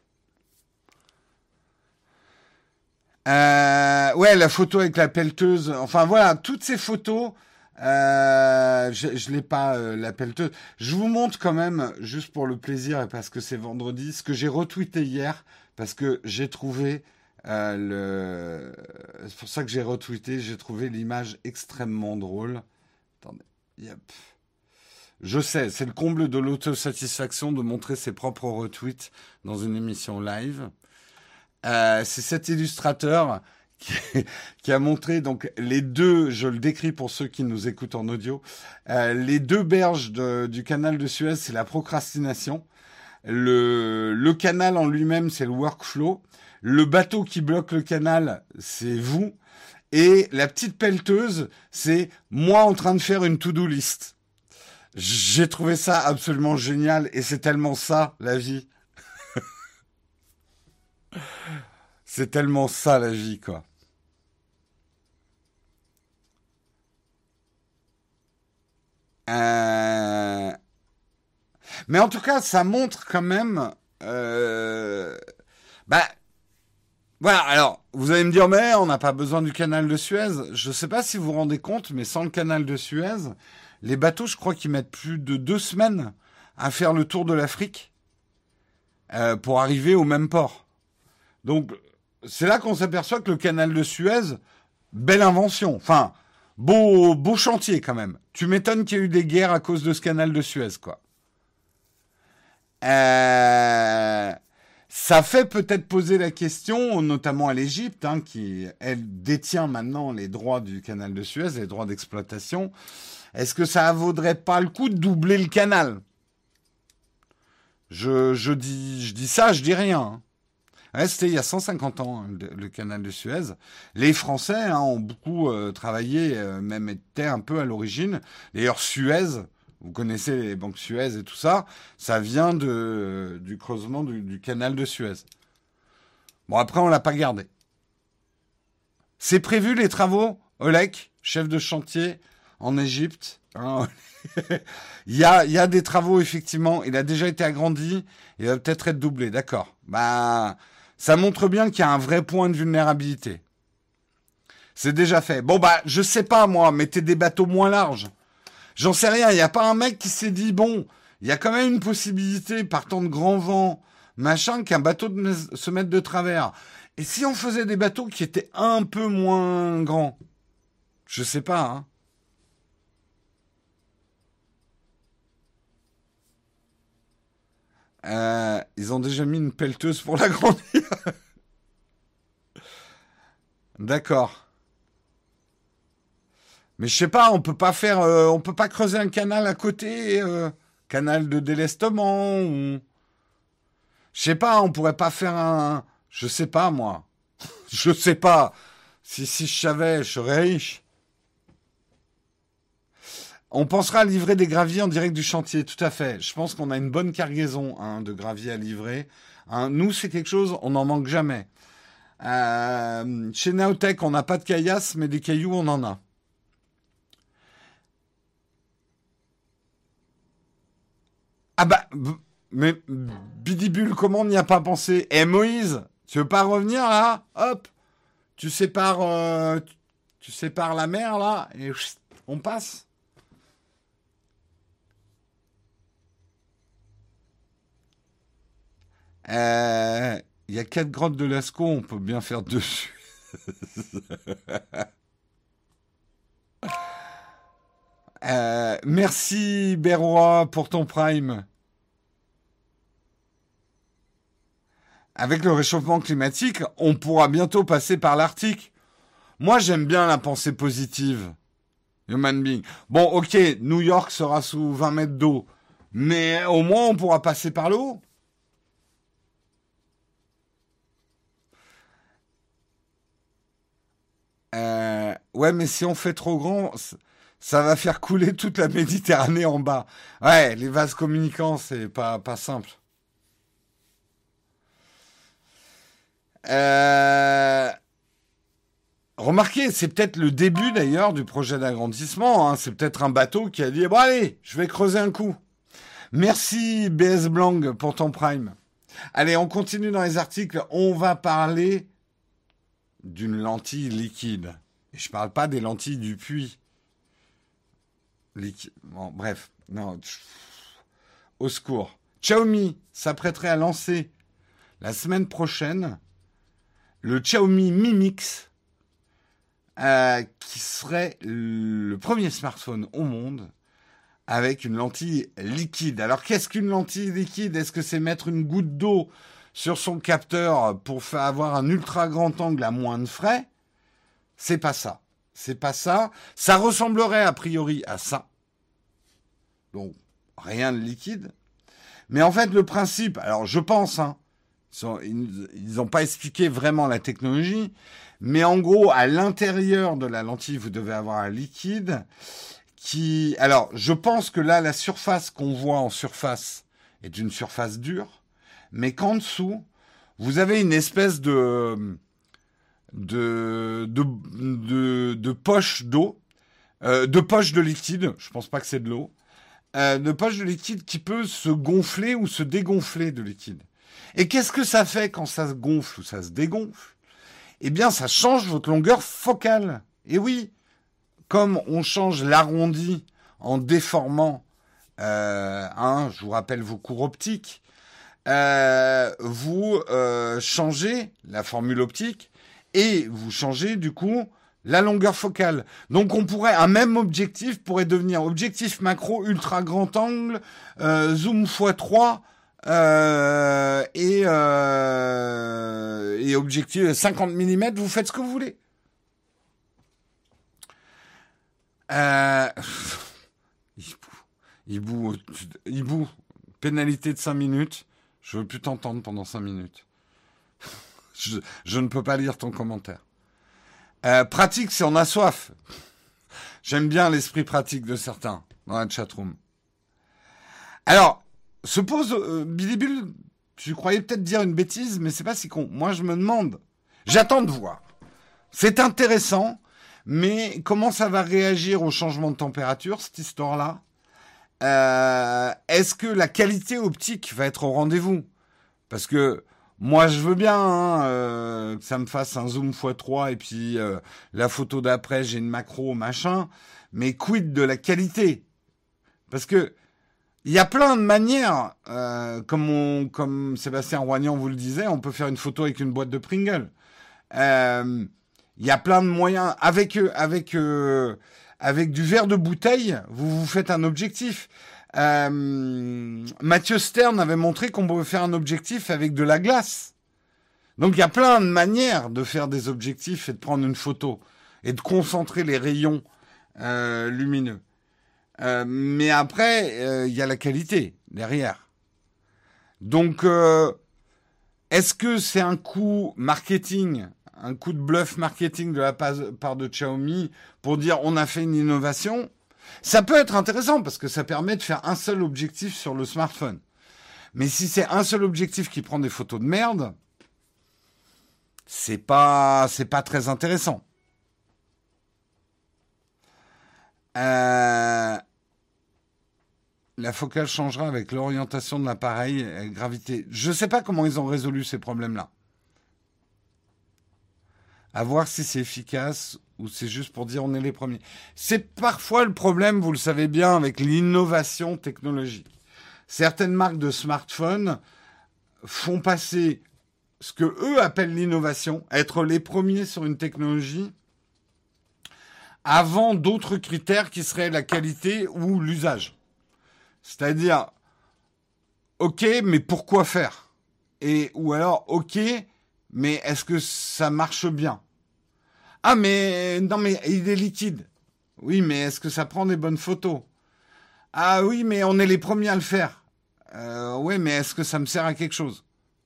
Euh, ouais, la photo avec la pelleteuse. Enfin, voilà, toutes ces photos... Euh, je, je l'ai pas, euh, la pelleteuse. Je vous montre quand même, juste pour le plaisir et parce que c'est vendredi, ce que j'ai retweeté hier, parce que j'ai trouvé euh, le... C'est pour ça que j'ai retweeté, j'ai trouvé l'image extrêmement drôle. Attendez, yep. Je sais, c'est le comble de l'autosatisfaction de montrer ses propres retweets dans une émission live. Euh, c'est cet illustrateur qui, qui a montré donc les deux, je le décris pour ceux qui nous écoutent en audio, euh, les deux berges de, du canal de Suez, c'est la procrastination. Le, le canal en lui-même, c'est le workflow. Le bateau qui bloque le canal, c'est vous. Et la petite pelleteuse, c'est moi en train de faire une to-do list. J'ai trouvé ça absolument génial et c'est tellement ça, la vie. C'est tellement ça, la vie, quoi. Euh... Mais en tout cas, ça montre quand même... Euh... Bah... Voilà, alors, vous allez me dire, mais on n'a pas besoin du canal de Suez. Je ne sais pas si vous vous rendez compte, mais sans le canal de Suez, les bateaux, je crois qu'ils mettent plus de deux semaines à faire le tour de l'Afrique euh, pour arriver au même port. Donc, c'est là qu'on s'aperçoit que le canal de Suez, belle invention. Enfin, beau, beau chantier quand même. Tu m'étonnes qu'il y ait eu des guerres à cause de ce canal de Suez, quoi. Euh... Ça fait peut-être poser la question, notamment à l'Égypte, hein, qui, elle, détient maintenant les droits du canal de Suez, les droits d'exploitation. Est-ce que ça vaudrait pas le coup de doubler le canal ? je, je, dis, je dis ça, je dis rien. Hein. Ouais, c'était il y a cent cinquante ans, hein, le, le canal de Suez. Les Français hein, ont beaucoup euh, travaillé, euh, même étaient un peu à l'origine. D'ailleurs, Suez, vous connaissez les banques Suez et tout ça, ça vient de, du creusement du, du canal de Suez. Bon, après, on l'a pas gardé. C'est prévu, les travaux, Olek, chef de chantier en Égypte. Hein. il, y a, il y a des travaux, effectivement. Il a déjà été agrandi. Il va peut-être être doublé, d'accord. Bah... Ça montre bien qu'il y a un vrai point de vulnérabilité. C'est déjà fait. Bon, bah, je sais pas, moi, mettez des bateaux moins larges. J'en sais rien. Il n'y a pas un mec qui s'est dit, bon, il y a quand même une possibilité, partant de grands vents, machin, qu'un bateau de se mette de travers. Et si on faisait des bateaux qui étaient un peu moins grands ? Je sais pas, hein. Euh, ils ont déjà mis une pelleteuse pour l'agrandir. D'accord. Mais je sais pas, on peut pas faire, euh, on peut pas creuser un canal à côté, euh, canal de délestement ou, je sais pas, on pourrait pas faire un, je sais pas moi, je sais pas. Si si je savais, je serais riche. On pensera à livrer des graviers en direct du chantier, tout à fait. Je pense qu'on a une bonne cargaison hein, de graviers à livrer. Hein, nous, c'est quelque chose, on n'en manque jamais. Euh, chez Naotech, on n'a pas de caillasse, mais des cailloux, on en a. Ah bah, mais Bidibule, comment on n'y a pas pensé ? Eh Moïse, tu veux pas revenir là ? Hop, tu sépares, euh, tu, tu sépares la mer là, et chut, on passe. Il euh, y a quatre grottes de Lascaux, on peut bien faire dessus. euh, merci Berroy pour ton prime. Avec le réchauffement climatique, on pourra bientôt passer par l'Arctique. Moi, j'aime bien la pensée positive. Human being. Bon, ok, New York sera sous vingt mètres d'eau. Mais au moins, on pourra passer par le haut. Euh, ouais, mais si on fait trop grand, ça va faire couler toute la Méditerranée en bas. Ouais, les vases communicants, c'est pas, pas simple. Euh... Remarquez, c'est peut-être le début d'ailleurs du projet d'agrandissement. Hein. C'est peut-être un bateau qui a dit, bon allez, je vais creuser un coup. Merci B S Blanc pour ton prime. Allez, on continue dans les articles. On va parler d'une lentille liquide. Et je parle pas des lentilles du puits. Liquide. Bon, bref. Non. Au secours. Xiaomi s'apprêterait à lancer la semaine prochaine le Xiaomi Mi Mix, euh, qui serait le premier smartphone au monde avec une lentille liquide. Alors, qu'est-ce qu'une lentille liquide ? Est-ce que c'est mettre une goutte d'eau sur son capteur pour faire avoir un ultra grand angle à moins de frais ? C'est pas ça. C'est pas ça. Ça ressemblerait a priori à ça. Donc, rien de liquide. Mais en fait, le principe, alors je pense, hein, ils n'ont pas expliqué vraiment la technologie, mais en gros, à l'intérieur de la lentille, vous devez avoir un liquide qui... Alors, je pense que là, la surface qu'on voit en surface est une surface dure, mais qu'en dessous, vous avez une espèce de... de, de, de, de poche d'eau, euh, de poche de liquide, je pense pas que c'est de l'eau, euh, de poche de liquide qui peut se gonfler ou se dégonfler de liquide. Et qu'est-ce que ça fait quand ça se gonfle ou ça se dégonfle ? Eh bien, ça change votre longueur focale. Et oui, comme on change l'arrondi en déformant, euh, hein, je vous rappelle vos cours optiques, euh, vous euh, changez la formule optique et vous changez du coup la longueur focale. Donc on pourrait, un même objectif pourrait devenir objectif macro ultra grand angle, euh, zoom fois trois, euh, et, euh, et objectif cinquante millimètres, vous faites ce que vous voulez. Euh, Hibou, Hibou, pénalité de cinq minutes. Je veux plus t'entendre pendant cinq minutes. je, je ne peux pas lire ton commentaire. Euh, pratique si on a soif. J'aime bien l'esprit pratique de certains dans la chatroom. Alors, se pose euh, Billy Bull, tu croyais peut-être dire une bêtise, mais c'est pas si con. Moi, je me demande. J'attends de voir. C'est intéressant, mais comment ça va réagir au changement de température, cette histoire-là? Euh, est-ce que la qualité optique va être au rendez-vous? Parce que moi, je veux bien hein, euh, que ça me fasse un zoom fois trois et puis euh, la photo d'après, j'ai une macro, machin. Mais quid de la qualité? Parce que il y a plein de manières, euh, comme, on, comme Sébastien Roignan vous le disait, on peut faire une photo avec une boîte de Pringles. Euh, il y a plein de moyens. Avec, avec, euh, avec du verre de bouteille, vous vous faites un objectif. Euh, Mathieu Stern avait montré qu'on pouvait faire un objectif avec de la glace. Donc il y a plein de manières de faire des objectifs et de prendre une photo et de concentrer les rayons euh, lumineux. Euh, mais après, il euh, y a la qualité derrière. Donc, euh, est-ce que c'est un coup marketing, un coup de bluff marketing de la part de Xiaomi pour dire on a fait une innovation? Ça peut être intéressant parce que ça permet de faire un seul objectif sur le smartphone. Mais si c'est un seul objectif qui prend des photos de merde, c'est pas, c'est pas très intéressant. Euh, la focale changera avec l'orientation de l'appareil et la gravité. Je ne sais pas comment ils ont résolu ces problèmes-là. À voir si c'est efficace ou c'est juste pour dire on est les premiers. C'est parfois le problème, vous le savez bien, avec l'innovation technologique. Certaines marques de smartphones font passer ce que eux appellent l'innovation, être les premiers sur une technologie, avant d'autres critères qui seraient la qualité ou l'usage. C'est-à-dire, ok, mais pourquoi faire? Et ou alors, ok, mais est-ce que ça marche bien? Ah, mais non, mais il est liquide. Oui, mais est-ce que ça prend des bonnes photos? Ah oui, mais on est les premiers à le faire. Euh, oui, mais est-ce que ça me sert à quelque chose?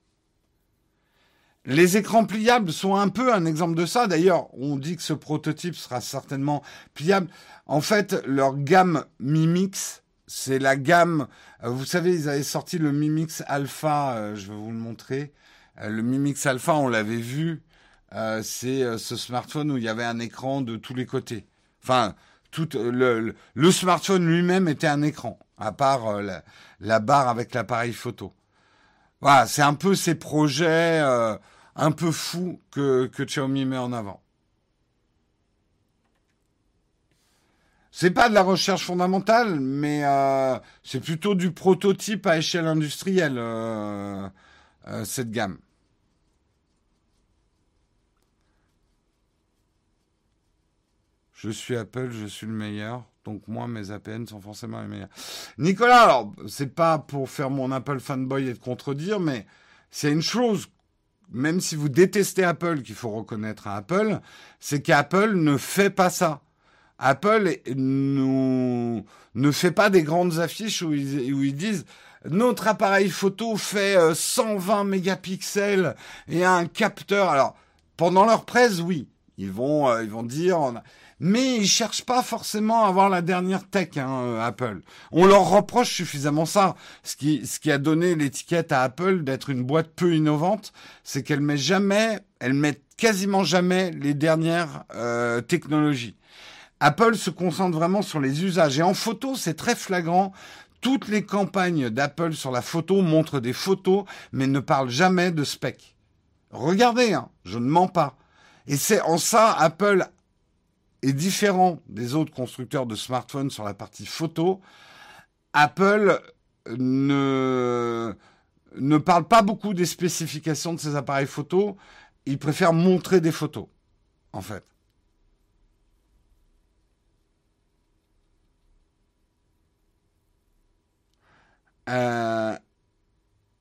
Les écrans pliables sont un peu un exemple de ça. D'ailleurs, on dit que ce prototype sera certainement pliable. En fait, leur gamme Mi Mix, c'est la gamme... Vous savez, ils avaient sorti le Mi Mix Alpha, euh, je vais vous le montrer. Euh, le Mi Mix Alpha, on l'avait vu. Euh, c'est euh, ce smartphone où il y avait un écran de tous les côtés. Enfin, tout, euh, le, le, le smartphone lui-même était un écran, à part euh, la, la barre avec l'appareil photo. Voilà, c'est un peu ces projets euh, un peu fous que, que Xiaomi met en avant. C'est pas de la recherche fondamentale, mais euh, c'est plutôt du prototype à échelle industrielle, euh, euh, cette gamme. Je suis Apple, je suis le meilleur. Donc moi, mes A P N sont forcément les meilleurs. Nicolas, alors, c'est pas pour faire mon Apple fanboy et te contredire, mais c'est une chose, même si vous détestez Apple, qu'il faut reconnaître à Apple, c'est qu'Apple ne fait pas ça. Apple nous, ne fait pas des grandes affiches où ils, où ils disent notre appareil photo fait cent vingt mégapixels et a un capteur. Alors, pendant leur presse, oui, ils vont, euh, ils vont dire... On a... Mais ils cherchent pas forcément à avoir la dernière tech, hein, Apple. On leur reproche suffisamment ça. Ce qui, ce qui a donné l'étiquette à Apple d'être une boîte peu innovante, c'est qu'elle met jamais, elle met quasiment jamais les dernières euh, technologies. Apple se concentre vraiment sur les usages. Et en photo, c'est très flagrant. Toutes les campagnes d'Apple sur la photo montrent des photos, mais ne parlent jamais de spec. Regardez, hein, je ne mens pas. Et c'est en ça, Apple est différent des autres constructeurs de smartphones sur la partie photo. Apple ne, ne parle pas beaucoup des spécifications de ses appareils photo. Il préfère montrer des photos, en fait. Euh,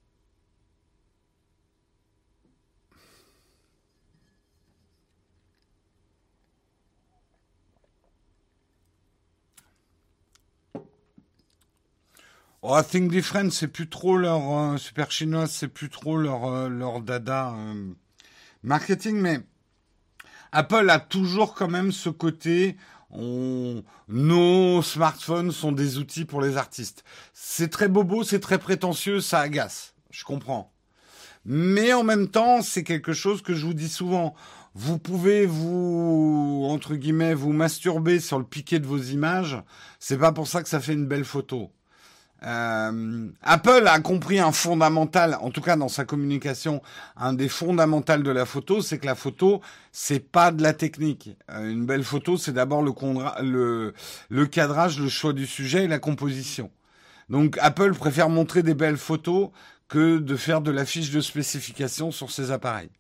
Oh, Think Different, c'est plus trop leur euh, super chinoise, c'est plus trop leur euh, leur dada euh, marketing, mais Apple a toujours quand même ce côté. On... Nos smartphones sont des outils pour les artistes. C'est très bobo, c'est très prétentieux, ça agace. Je comprends. Mais en même temps, c'est quelque chose que je vous dis souvent. Vous pouvez vous, entre guillemets, vous masturber sur le piqué de vos images. C'est pas pour ça que ça fait une belle photo. Euh, Apple a compris un fondamental, en tout cas dans sa communication, un des fondamentaux de la photo, c'est que la photo, c'est pas de la technique. Euh, une belle photo, c'est d'abord le, condra- le, le cadrage, le choix du sujet et la composition. Donc Apple préfère montrer des belles photos que de faire de la fiche de spécification sur ses appareils.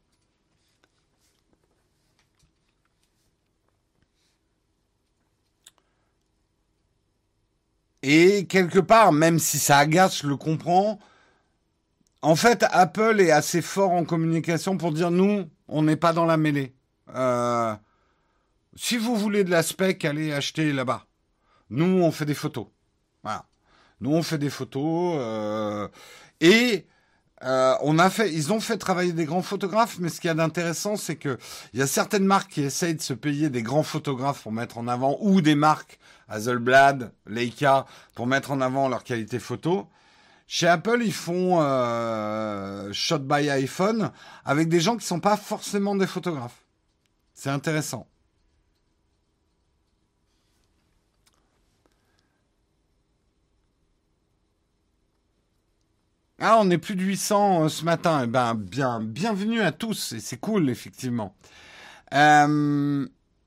Et quelque part, même si ça agace, je le comprends, en fait, Apple est assez fort en communication pour dire, nous, on n'est pas dans la mêlée. Euh, si vous voulez de la spec, allez acheter là-bas. Nous, on fait des photos. Voilà. Nous, on fait des photos. Euh, et euh, on a fait, ils ont fait travailler des grands photographes, mais ce qu'il y a d'intéressant, c'est que il y a certaines marques qui essayent de se payer des grands photographes pour mettre en avant, ou des marques, Hasselblad, Leica, pour mettre en avant leur qualité photo. Chez Apple, ils font euh, shot by iPhone avec des gens qui sont pas forcément des photographes. C'est intéressant. Ah, on est plus de huit cents euh, ce matin. Eh ben, bien, bienvenue à tous. Et c'est cool, effectivement. Euh,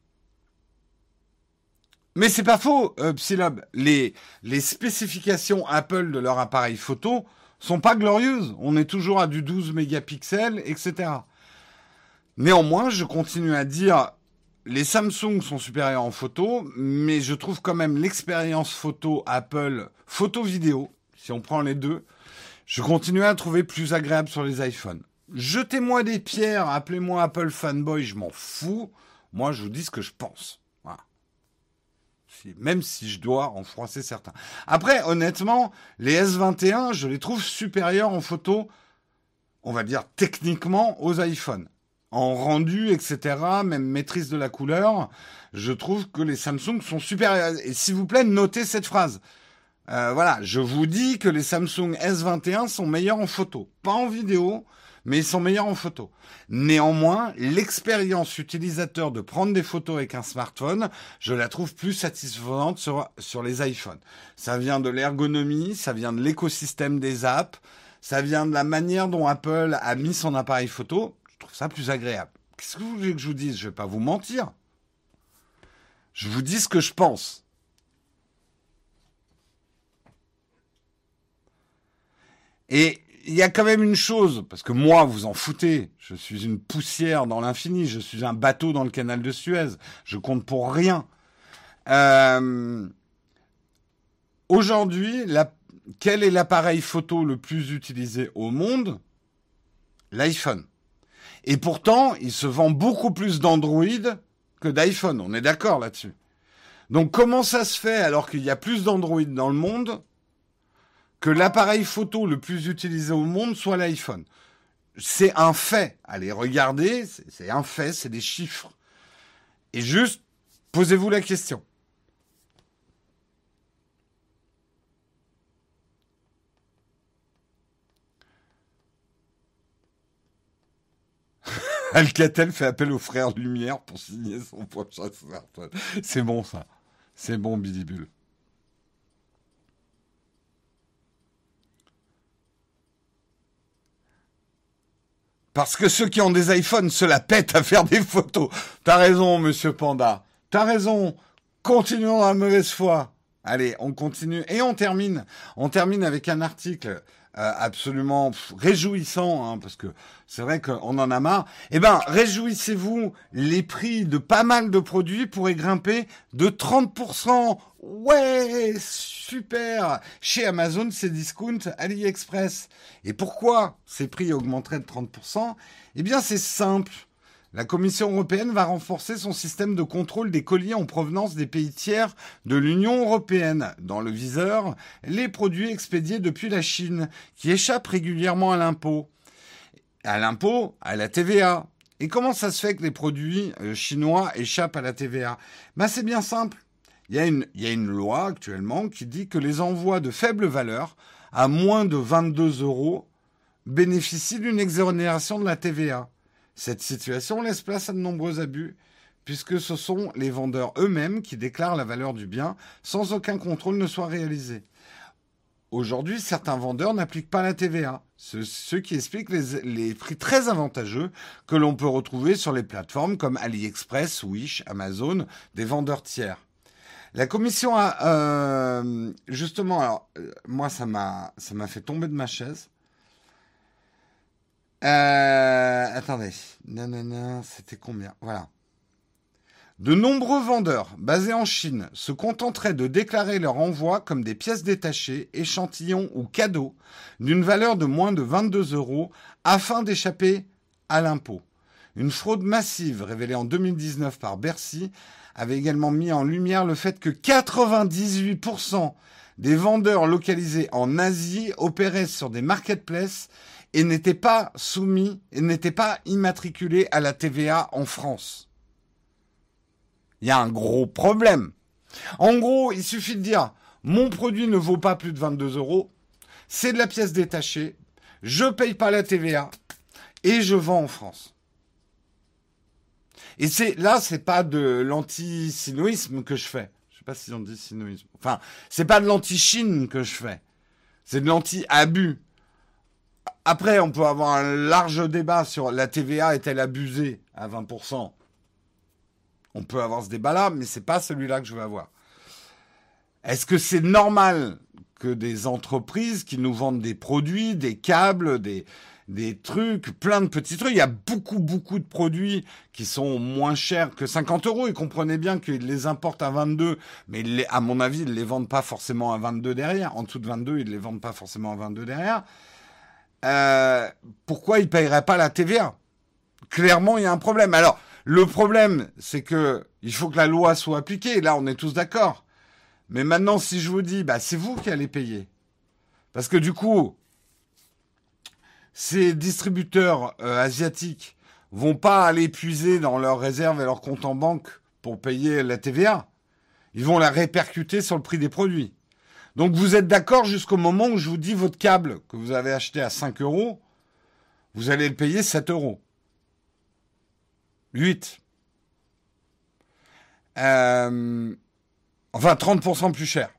mais c'est pas faux, euh, Psylob. Les, les spécifications Apple de leur appareil photo sont pas glorieuses. On est toujours à du douze mégapixels, et cetera. Néanmoins, je continue à dire, les Samsung sont supérieurs en photo, mais je trouve quand même l'expérience photo Apple, photo-vidéo, si on prend les deux, je continue à la trouver plus agréable sur les iPhones. Jetez-moi des pierres, appelez-moi Apple fanboy, je m'en fous. Moi, je vous dis ce que je pense. Voilà. Si- Même si je dois en froisser certains. Après, honnêtement, les S vingt et un, je les trouve supérieurs en photo, on va dire techniquement, aux iPhones. En rendu, et cetera, même maîtrise de la couleur, je trouve que les Samsung sont supérieurs. Et s'il vous plaît, notez cette phrase. Euh, voilà, je vous dis que les Samsung S vingt et un sont meilleurs en photo. Pas en vidéo, mais ils sont meilleurs en photo. Néanmoins, l'expérience utilisateur de prendre des photos avec un smartphone, je la trouve plus satisfaisante sur, sur les iPhones. Ça vient de l'ergonomie, ça vient de l'écosystème des apps, ça vient de la manière dont Apple a mis son appareil photo. Je trouve ça plus agréable. Qu'est-ce que vous voulez que je vous dise? Je vais pas vous mentir. Je vous dis ce que je pense. Et il y a quand même une chose, parce que moi, vous en foutez, je suis une poussière dans l'infini, je suis un bateau dans le canal de Suez, je compte pour rien. Euh, Aujourd'hui, la, quel est l'appareil photo le plus utilisé au monde? L'iPhone. Et pourtant, il se vend beaucoup plus d'Android que d'iPhone, on est d'accord là-dessus. Donc comment ça se fait alors qu'il y a plus d'Android dans le monde que l'appareil photo le plus utilisé au monde soit l'iPhone? C'est un fait. Allez, regardez, c'est, c'est un fait, c'est des chiffres. Et juste, posez-vous la question. Alcatel fait appel aux frères Lumière pour signer son prochain smartphone. C'est bon ça. C'est bon, Bidibule. Parce que ceux qui ont des iPhones se la pètent à faire des photos. T'as raison, monsieur Panda. T'as raison. Continuons dans la mauvaise foi. Allez, on continue. Et on termine. On termine avec un article euh, absolument pff, réjouissant, hein, parce que c'est vrai qu'on en a marre. Eh ben, réjouissez-vous, les prix de pas mal de produits pourraient grimper de trente pour cent. Ouais, super. Chez Amazon, c'est discount, AliExpress. Et pourquoi ces prix augmenteraient de trente pour cent? Eh bien, c'est simple. La Commission européenne va renforcer son système de contrôle des colis en provenance des pays tiers de l'Union européenne. Dans le viseur, les produits expédiés depuis la Chine, qui échappent régulièrement à l'impôt. À l'impôt, à la T V A. Et comment ça se fait que les produits chinois échappent à la T V A ? Ben c'est bien simple. Il y a une, il y a une loi actuellement qui dit que les envois de faible valeur, à moins de vingt-deux euros, bénéficient d'une exonération de la T V A. Cette situation laisse place à de nombreux abus, puisque ce sont les vendeurs eux-mêmes qui déclarent la valeur du bien sans aucun contrôle ne soit réalisé. Aujourd'hui, certains vendeurs n'appliquent pas la T V A, ce, ce qui explique les, les prix très avantageux que l'on peut retrouver sur les plateformes comme AliExpress, Wish, Amazon, des vendeurs tiers. La commission a euh, justement, alors moi ça m'a ça m'a fait tomber de ma chaise. Euh, attendez, non, non, non, c'était combien ? Voilà. De nombreux vendeurs basés en Chine se contenteraient de déclarer leur envoi comme des pièces détachées, échantillons ou cadeaux d'une valeur de moins de vingt-deux euros afin d'échapper à l'impôt. Une fraude massive révélée en deux mille dix-neuf par Bercy avait également mis en lumière le fait que quatre-vingt-dix-huit pour cent des vendeurs localisés en Asie opéraient sur des marketplaces et n'étaient pas soumis, et n'étaient pas immatriculés à la T V A en France. Il y a un gros problème. En gros, il suffit de dire, mon produit ne vaut pas plus de vingt-deux euros, c'est de la pièce détachée, je paye pas la T V A, et je vends en France. Et c'est, là, c'est pas de l'anti-sinoïsme que je fais. Je sais pas si on dit sinoïsme. Enfin, c'est pas de l'anti-Chine que je fais. C'est de l'anti-abus. Après, on peut avoir un large débat sur la T V A est-elle abusée à vingt pour cent. On peut avoir ce débat-là, mais c'est pas celui-là que je veux avoir. Est-ce que c'est normal que des entreprises qui nous vendent des produits, des câbles, des, des trucs, plein de petits trucs, il y a beaucoup, beaucoup de produits qui sont moins chers que cinquante euros. Et comprenez bien qu'ils les importent à vingt-deux, mais ils les, à mon avis, ils ne les vendent pas forcément à vingt-deux derrière. En dessous de vingt-deux, ils ne les vendent pas forcément à vingt-deux derrière. Euh, pourquoi ils ne paieraient pas la T V A ? Clairement, il y a un problème. Alors, le problème, c'est que il faut que la loi soit appliquée. Là, on est tous d'accord. Mais maintenant, si je vous dis, bah, c'est vous qui allez payer. Parce que du coup, ces distributeurs euh, asiatiques vont pas aller puiser dans leurs réserves et leurs comptes en banque pour payer la T V A. Ils vont la répercuter sur le prix des produits. Donc, vous êtes d'accord jusqu'au moment où je vous dis votre câble que vous avez acheté à cinq euros, vous allez le payer sept euros. huit. Euh, enfin, trente pour cent plus cher.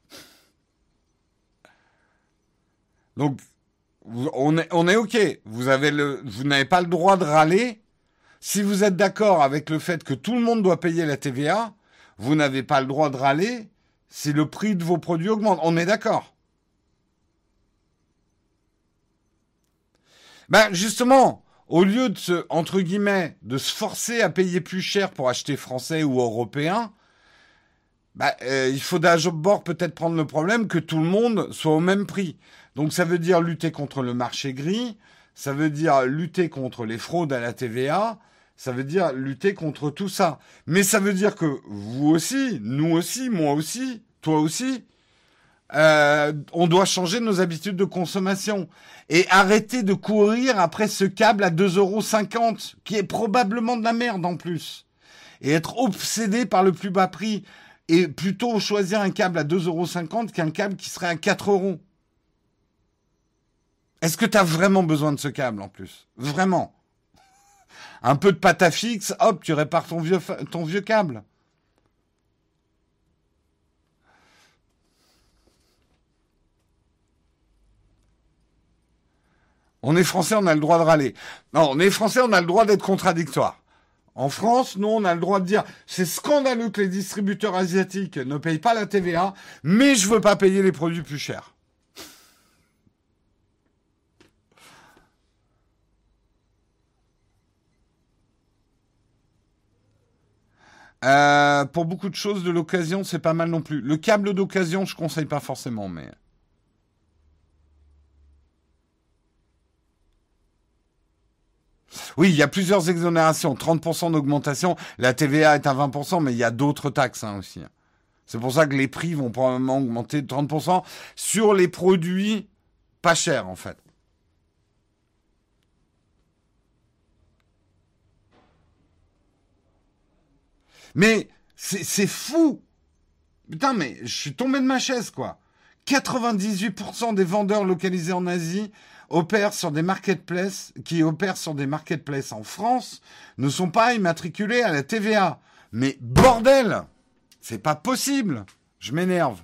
Donc, vous, on est, on est OK. Vous avez le, vous n'avez pas le droit de râler. Si vous êtes d'accord avec le fait que tout le monde doit payer la T V A, vous n'avez pas le droit de râler si le prix de vos produits augmente. On est d'accord. Ben, justement, au lieu de se, entre guillemets, de se forcer à payer plus cher pour acheter français ou européen, bah, euh, il faut d'abord peut-être prendre le problème que tout le monde soit au même prix. Donc ça veut dire lutter contre le marché gris, ça veut dire lutter contre les fraudes à la T V A, ça veut dire lutter contre tout ça. Mais ça veut dire que vous aussi, nous aussi, moi aussi, toi aussi, Euh, on doit changer nos habitudes de consommation et arrêter de courir après ce câble à deux euros cinquante qui est probablement de la merde en plus et être obsédé par le plus bas prix et plutôt choisir un câble à deux euros cinquante qu'un câble qui serait à quatre euros. Est-ce que tu as vraiment besoin de ce câble en plus ? Vraiment ? Un peu de pâte à fixe, hop, tu répares ton vieux, ton vieux câble. On est français, on a le droit de râler. Non, on est français, on a le droit d'être contradictoire. En France, nous, on a le droit de dire c'est scandaleux que les distributeurs asiatiques ne payent pas la T V A, mais je veux pas payer les produits plus chers. Euh, pour beaucoup de choses, de l'occasion, c'est pas mal non plus. Le câble d'occasion, je conseille pas forcément, mais... Oui, il y a plusieurs exonérations. trente pour cent d'augmentation. La T V A est à vingt pour cent, mais il y a d'autres taxes hein, aussi. C'est pour ça que les prix vont probablement augmenter de trente pour cent sur les produits pas chers, en fait. Mais c'est, c'est fou. Putain, mais je suis tombé de ma chaise, quoi. quatre-vingt-dix-huit pour cent des vendeurs localisés en Asie opèrent sur des marketplaces, qui opèrent sur des marketplaces en France, ne sont pas immatriculés à la T V A. Mais bordel! C'est pas possible! Je m'énerve.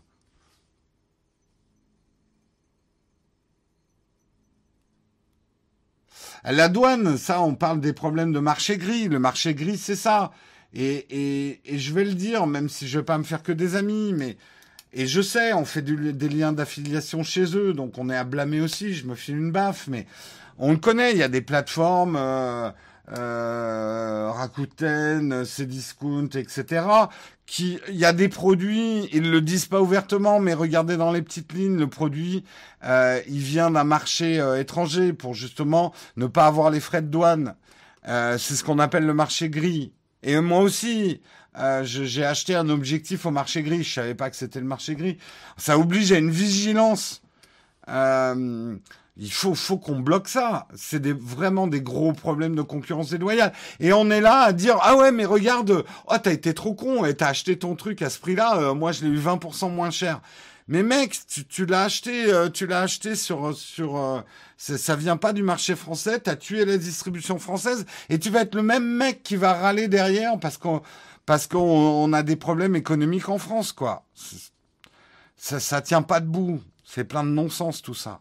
À la douane, ça, on parle des problèmes de marché gris. Le marché gris, c'est ça. Et, et, et je vais le dire, même si je vais pas me faire que des amis, mais et je sais, on fait du, des liens d'affiliation chez eux, donc on est à blâmer aussi. Je me file une baffe, mais on le connaît. Il y a des plateformes, euh, euh, Rakuten, Cdiscount, et cetera. Qui, il y a des produits, ils le disent pas ouvertement, mais regardez dans les petites lignes, le produit, euh, il vient d'un marché euh, étranger pour justement ne pas avoir les frais de douane. Euh, c'est ce qu'on appelle le marché gris. Et moi aussi, euh, je, j'ai acheté un objectif au marché gris. Je savais pas que c'était le marché gris. Ça oblige à une vigilance. Euh, il faut, faut qu'on bloque ça. C'est des, vraiment des gros problèmes de concurrence déloyale. Et on est là à dire ah ouais mais regarde, oh t'as été trop con et t'as acheté ton truc à ce prix-là. Euh, moi je l'ai eu vingt pour cent moins cher. Mais mec, tu, tu l'as acheté, euh, tu l'as acheté sur sur. Euh, ça vient pas du marché français. T'as tué la distribution française et tu vas être le même mec qui va râler derrière parce qu'on parce qu'on on a des problèmes économiques en France quoi. Ça ça tient pas debout. C'est plein de non-sens tout ça.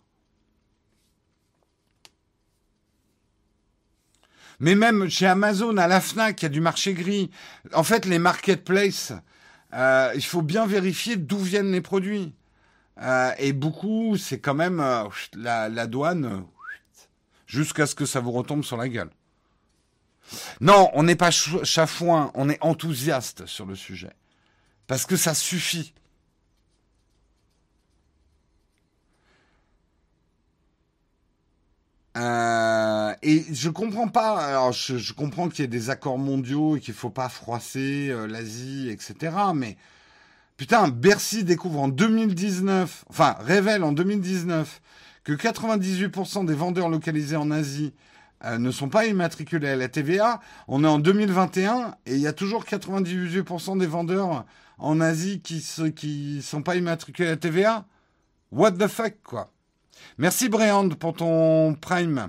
Mais même chez Amazon, à la Fnac, il y a du marché gris. En fait, les marketplaces, euh, il faut bien vérifier d'où viennent les produits. Euh, et beaucoup, c'est quand même euh, la, la douane, euh, jusqu'à ce que ça vous retombe sur la gueule. Non, on n'est pas chafouin, on est enthousiaste sur le sujet. Parce que ça suffit. Euh, et je comprends pas. Alors, je, je comprends qu'il y ait des accords mondiaux et qu'il faut pas froisser euh, l'Asie, et cetera. Mais putain, Bercy découvre en deux mille dix-neuf, enfin révèle en deux mille dix-neuf que quatre-vingt-dix-huit pour cent des vendeurs localisés en Asie euh, ne sont pas immatriculés à la T V A. On est en deux mille vingt et un et il y a toujours quatre-vingt-dix-huit pour cent des vendeurs en Asie qui se, qui sont pas immatriculés à la T V A. What the fuck quoi. Merci Bréand pour ton Prime.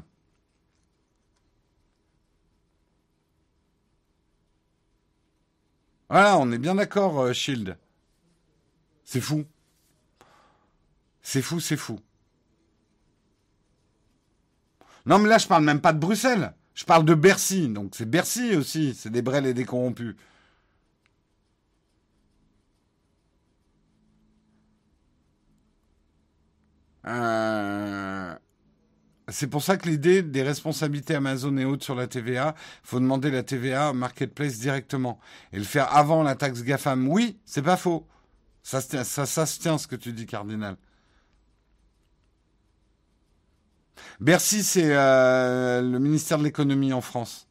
Voilà, on est bien d'accord, euh, Shield. C'est fou. C'est fou, c'est fou. Non, mais là, je parle même pas de Bruxelles. Je parle de Bercy. Donc, c'est Bercy aussi. C'est des brels et des corrompus. Euh... C'est pour ça que l'idée des responsabilités Amazon et autres sur la T V A, faut demander la T V A Marketplace directement et le faire avant la taxe GAFAM. Oui, c'est pas faux. Ça se tient, ça, ça se tient ce que tu dis, Cardinal. Bercy, c'est euh, le ministère de l'économie en France.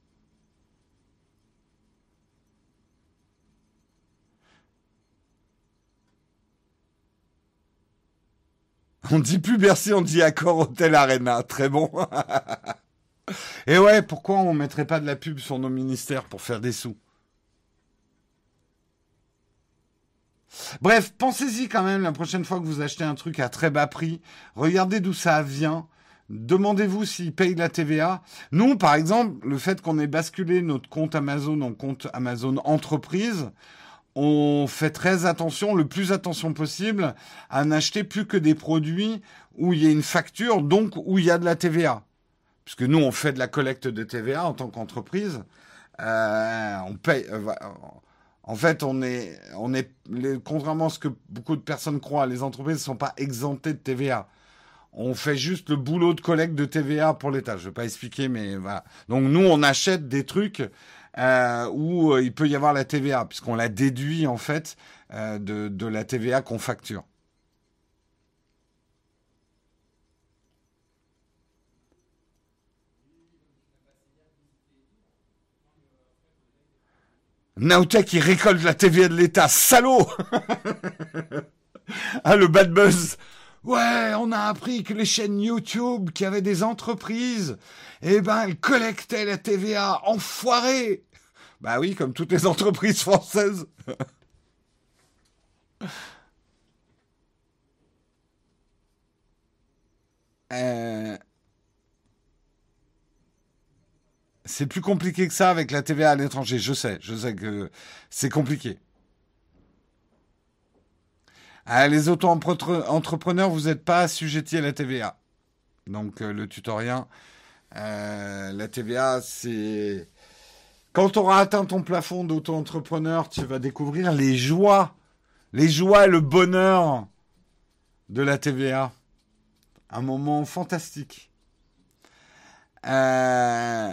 On dit plus Bercy, on dit Accor Hôtel Arena. Très bon. Et ouais, pourquoi on mettrait pas de la pub sur nos ministères pour faire des sous? Bref, pensez-y quand même la prochaine fois que vous achetez un truc à très bas prix. Regardez d'où ça vient. Demandez-vous s'ils payent la T V A. Nous, par exemple, le fait qu'on ait basculé notre compte Amazon en compte Amazon Entreprise, on fait très attention, le plus attention possible, à n'acheter plus que des produits où il y a une facture, donc où il y a de la T V A. Puisque nous, on fait de la collecte de T V A en tant qu'entreprise. Euh, on paye. Euh, en fait, on est, on est, les, contrairement à ce que beaucoup de personnes croient, les entreprises ne sont pas exemptées de T V A. On fait juste le boulot de collecte de T V A pour l'État. Je ne vais pas expliquer, mais voilà. Donc nous, on achète des trucs euh, où euh, il peut y avoir la T V A, puisqu'on la déduit en fait euh, de, de la T V A qu'on facture. Nowtech, il récolte la T V A de l'État, salaud. Ah, le bad buzz. Ouais, on a appris que les chaînes YouTube qui avaient des entreprises, eh ben, elles collectaient la T V A, enfoiré. Bah oui, comme toutes les entreprises françaises. euh... C'est plus compliqué que ça avec la T V A à l'étranger, je sais, je sais que c'est compliqué. Ah, les auto-entrepreneurs, vous n'êtes pas assujettis à la T V A. Donc euh, le tutoriel, euh, la T V A, c'est... Quand tu auras atteint ton plafond d'auto-entrepreneur, tu vas découvrir les joies, les joies et le bonheur de la T V A. Un moment fantastique. Euh...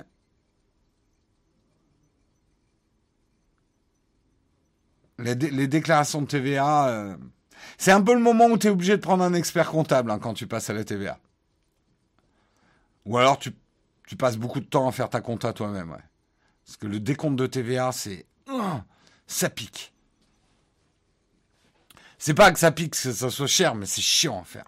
Les, dé- les déclarations de T V A, euh, c'est un peu le moment où tu es obligé de prendre un expert comptable hein, quand tu passes à la T V A. Ou alors tu, tu passes beaucoup de temps à faire ta compta toi-même. Ouais. Parce que le décompte de T V A, c'est... euh, ça pique. C'est pas que ça pique, que ça soit cher, mais c'est chiant à faire.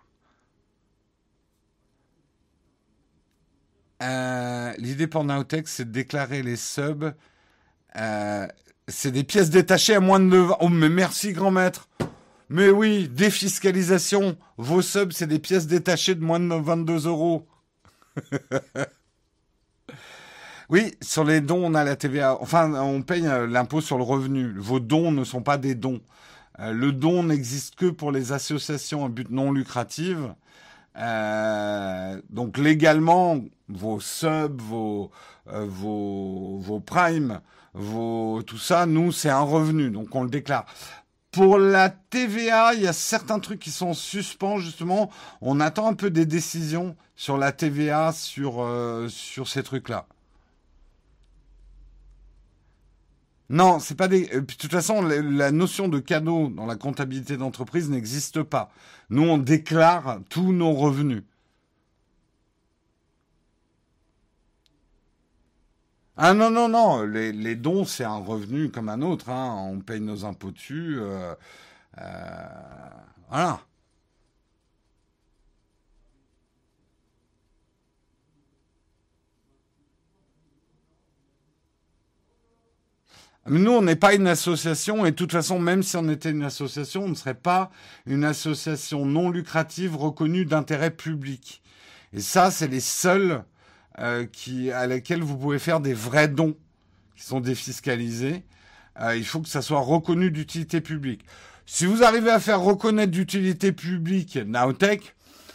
Euh, L'idée pour Nowtech, c'est de déclarer les subs. Euh, c'est des pièces détachées à moins de... Oh, mais merci, grand maître. Mais oui, défiscalisation. Vos subs, c'est des pièces détachées de moins de vingt-deux euros. Oui, sur les dons, on a la T V A. Enfin, on paye euh, l'impôt sur le revenu. Vos dons ne sont pas des dons. Euh, le don n'existe que pour les associations à but non lucratif. Euh, donc légalement, vos subs, vos, euh, vos, vos primes, vos, tout ça, nous, c'est un revenu. Donc on le déclare. Pour la T V A, il y a certains trucs qui sont en suspens, justement. On attend un peu des décisions sur la T V A, sur, euh, sur ces trucs-là. Non, c'est pas des. euh, puis, de toute façon, la, la notion de cadeau dans la comptabilité d'entreprise n'existe pas. Nous, on déclare tous nos revenus. Ah non, non, non, les, les dons, c'est un revenu comme un autre. Hein. On paye nos impôts dessus. euh, euh, voilà. Mais nous, on n'est pas une association, et de toute façon, même si on était une association, on ne serait pas une association non lucrative reconnue d'intérêt public. Et ça, c'est les seuls euh, qui, à lesquels vous pouvez faire des vrais dons qui sont défiscalisés. Euh, il faut que ça soit reconnu d'utilité publique. Si vous arrivez à faire reconnaître d'utilité publique Nowtech,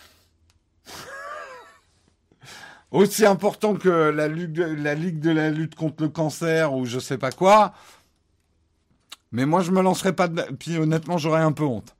aussi important que la Ligue, de, la Ligue de la lutte contre le cancer ou je sais pas quoi, mais moi je me lancerai pas de... Puis honnêtement j'aurais un peu honte.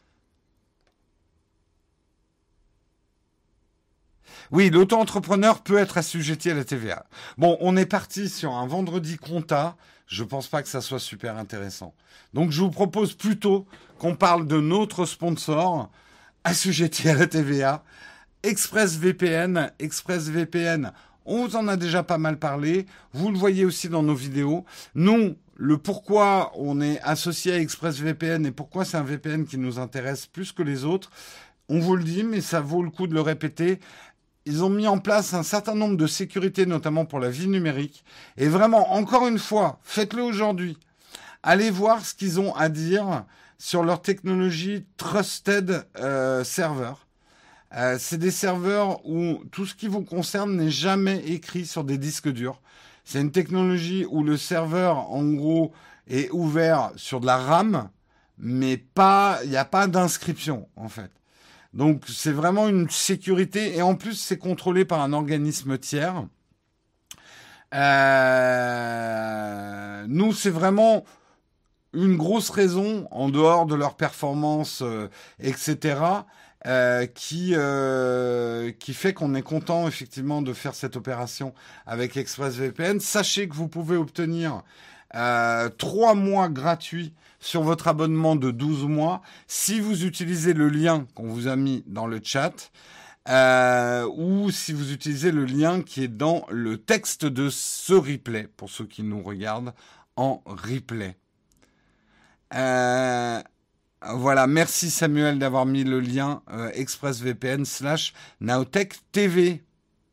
Oui, l'auto-entrepreneur peut être assujetti à la T V A. Bon, on est parti sur un vendredi compta. Je pense pas que ça soit super intéressant. Donc je vous propose plutôt qu'on parle de notre sponsor assujetti à la T V A, ExpressVPN. ExpressVPN, on vous en a déjà pas mal parlé. Vous le voyez aussi dans nos vidéos. Nous, le pourquoi on est associé à ExpressVPN et pourquoi c'est un V P N qui nous intéresse plus que les autres, on vous le dit, mais ça vaut le coup de le répéter. Ils ont mis en place un certain nombre de sécurités, notamment pour la vie numérique. Et vraiment, encore une fois, faites-le aujourd'hui. Allez voir ce qu'ils ont à dire sur leur technologie Trusted euh, Server. Euh, c'est des serveurs où tout ce qui vous concerne n'est jamais écrit sur des disques durs. C'est une technologie où le serveur, en gros, est ouvert sur de la RAM, mais pas, il n'y a pas d'inscription, en fait. Donc c'est vraiment une sécurité et en plus c'est contrôlé par un organisme tiers. Euh, nous c'est vraiment une grosse raison en dehors de leur performance, euh, et cetera. Euh, qui euh, qui fait qu'on est content effectivement de faire cette opération avec ExpressVPN. Sachez que vous pouvez obtenir euh, trois mois gratuits sur votre abonnement de douze mois si vous utilisez le lien qu'on vous a mis dans le chat euh, ou si vous utilisez le lien qui est dans le texte de ce replay pour ceux qui nous regardent en replay. Euh, voilà, merci Samuel d'avoir mis le lien euh, ExpressVPN slash Nowtech T V.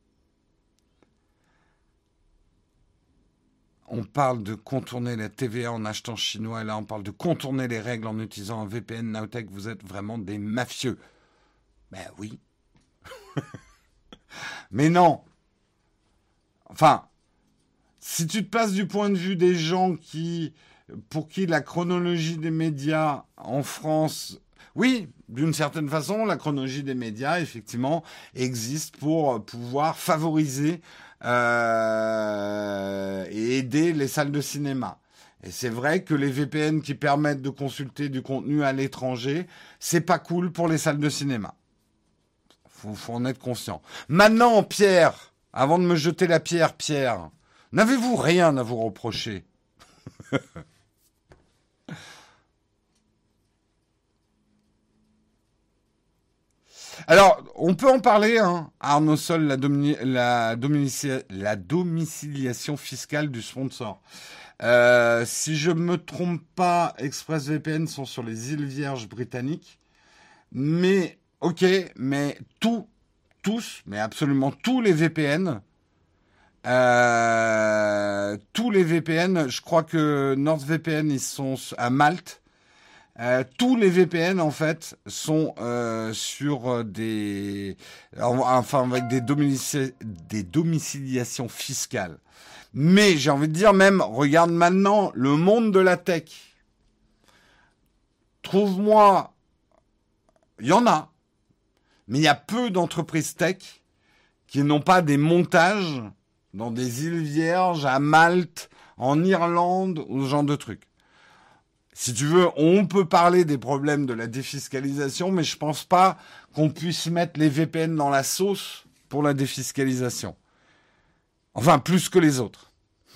On parle de contourner la T V A en achetant chinois, et là on parle de contourner les règles en utilisant un V P N. Nowtech, vous êtes vraiment des mafieux. Ben oui. Mais non. Enfin, si tu te places du point de vue des gens qui, pour qui la chronologie des médias en France, oui, d'une certaine façon, la chronologie des médias, effectivement, existe pour pouvoir favoriser euh, et aider les salles de cinéma. Et c'est vrai que les V P N qui permettent de consulter du contenu à l'étranger, c'est pas cool pour les salles de cinéma. Faut, faut en être conscient. Maintenant, Pierre, avant de me jeter la pierre, Pierre, n'avez-vous rien à vous reprocher? Alors, on peut en parler, hein. Arnaud Sol, la, domini- la, dominici- la domiciliation fiscale du sponsor. Euh, si je me trompe pas, ExpressVPN sont sur les îles Vierges britanniques. Mais, ok, mais tout, tous, mais absolument tous les V P N, euh, tous les V P N, je crois que NordVPN, ils sont à Malte. Euh, tous les V P N en fait sont euh, sur des, enfin avec des, domicili- des domiciliations fiscales. Mais j'ai envie de dire même, regarde maintenant le monde de la tech. Trouve-moi, il y en a, mais il y a peu d'entreprises tech qui n'ont pas des montages dans des îles Vierges, à Malte, en Irlande, ou ce genre de trucs. Si tu veux, on peut parler des problèmes de la défiscalisation, mais je pense pas qu'on puisse mettre les V P N dans la sauce pour la défiscalisation. Enfin, plus que les autres.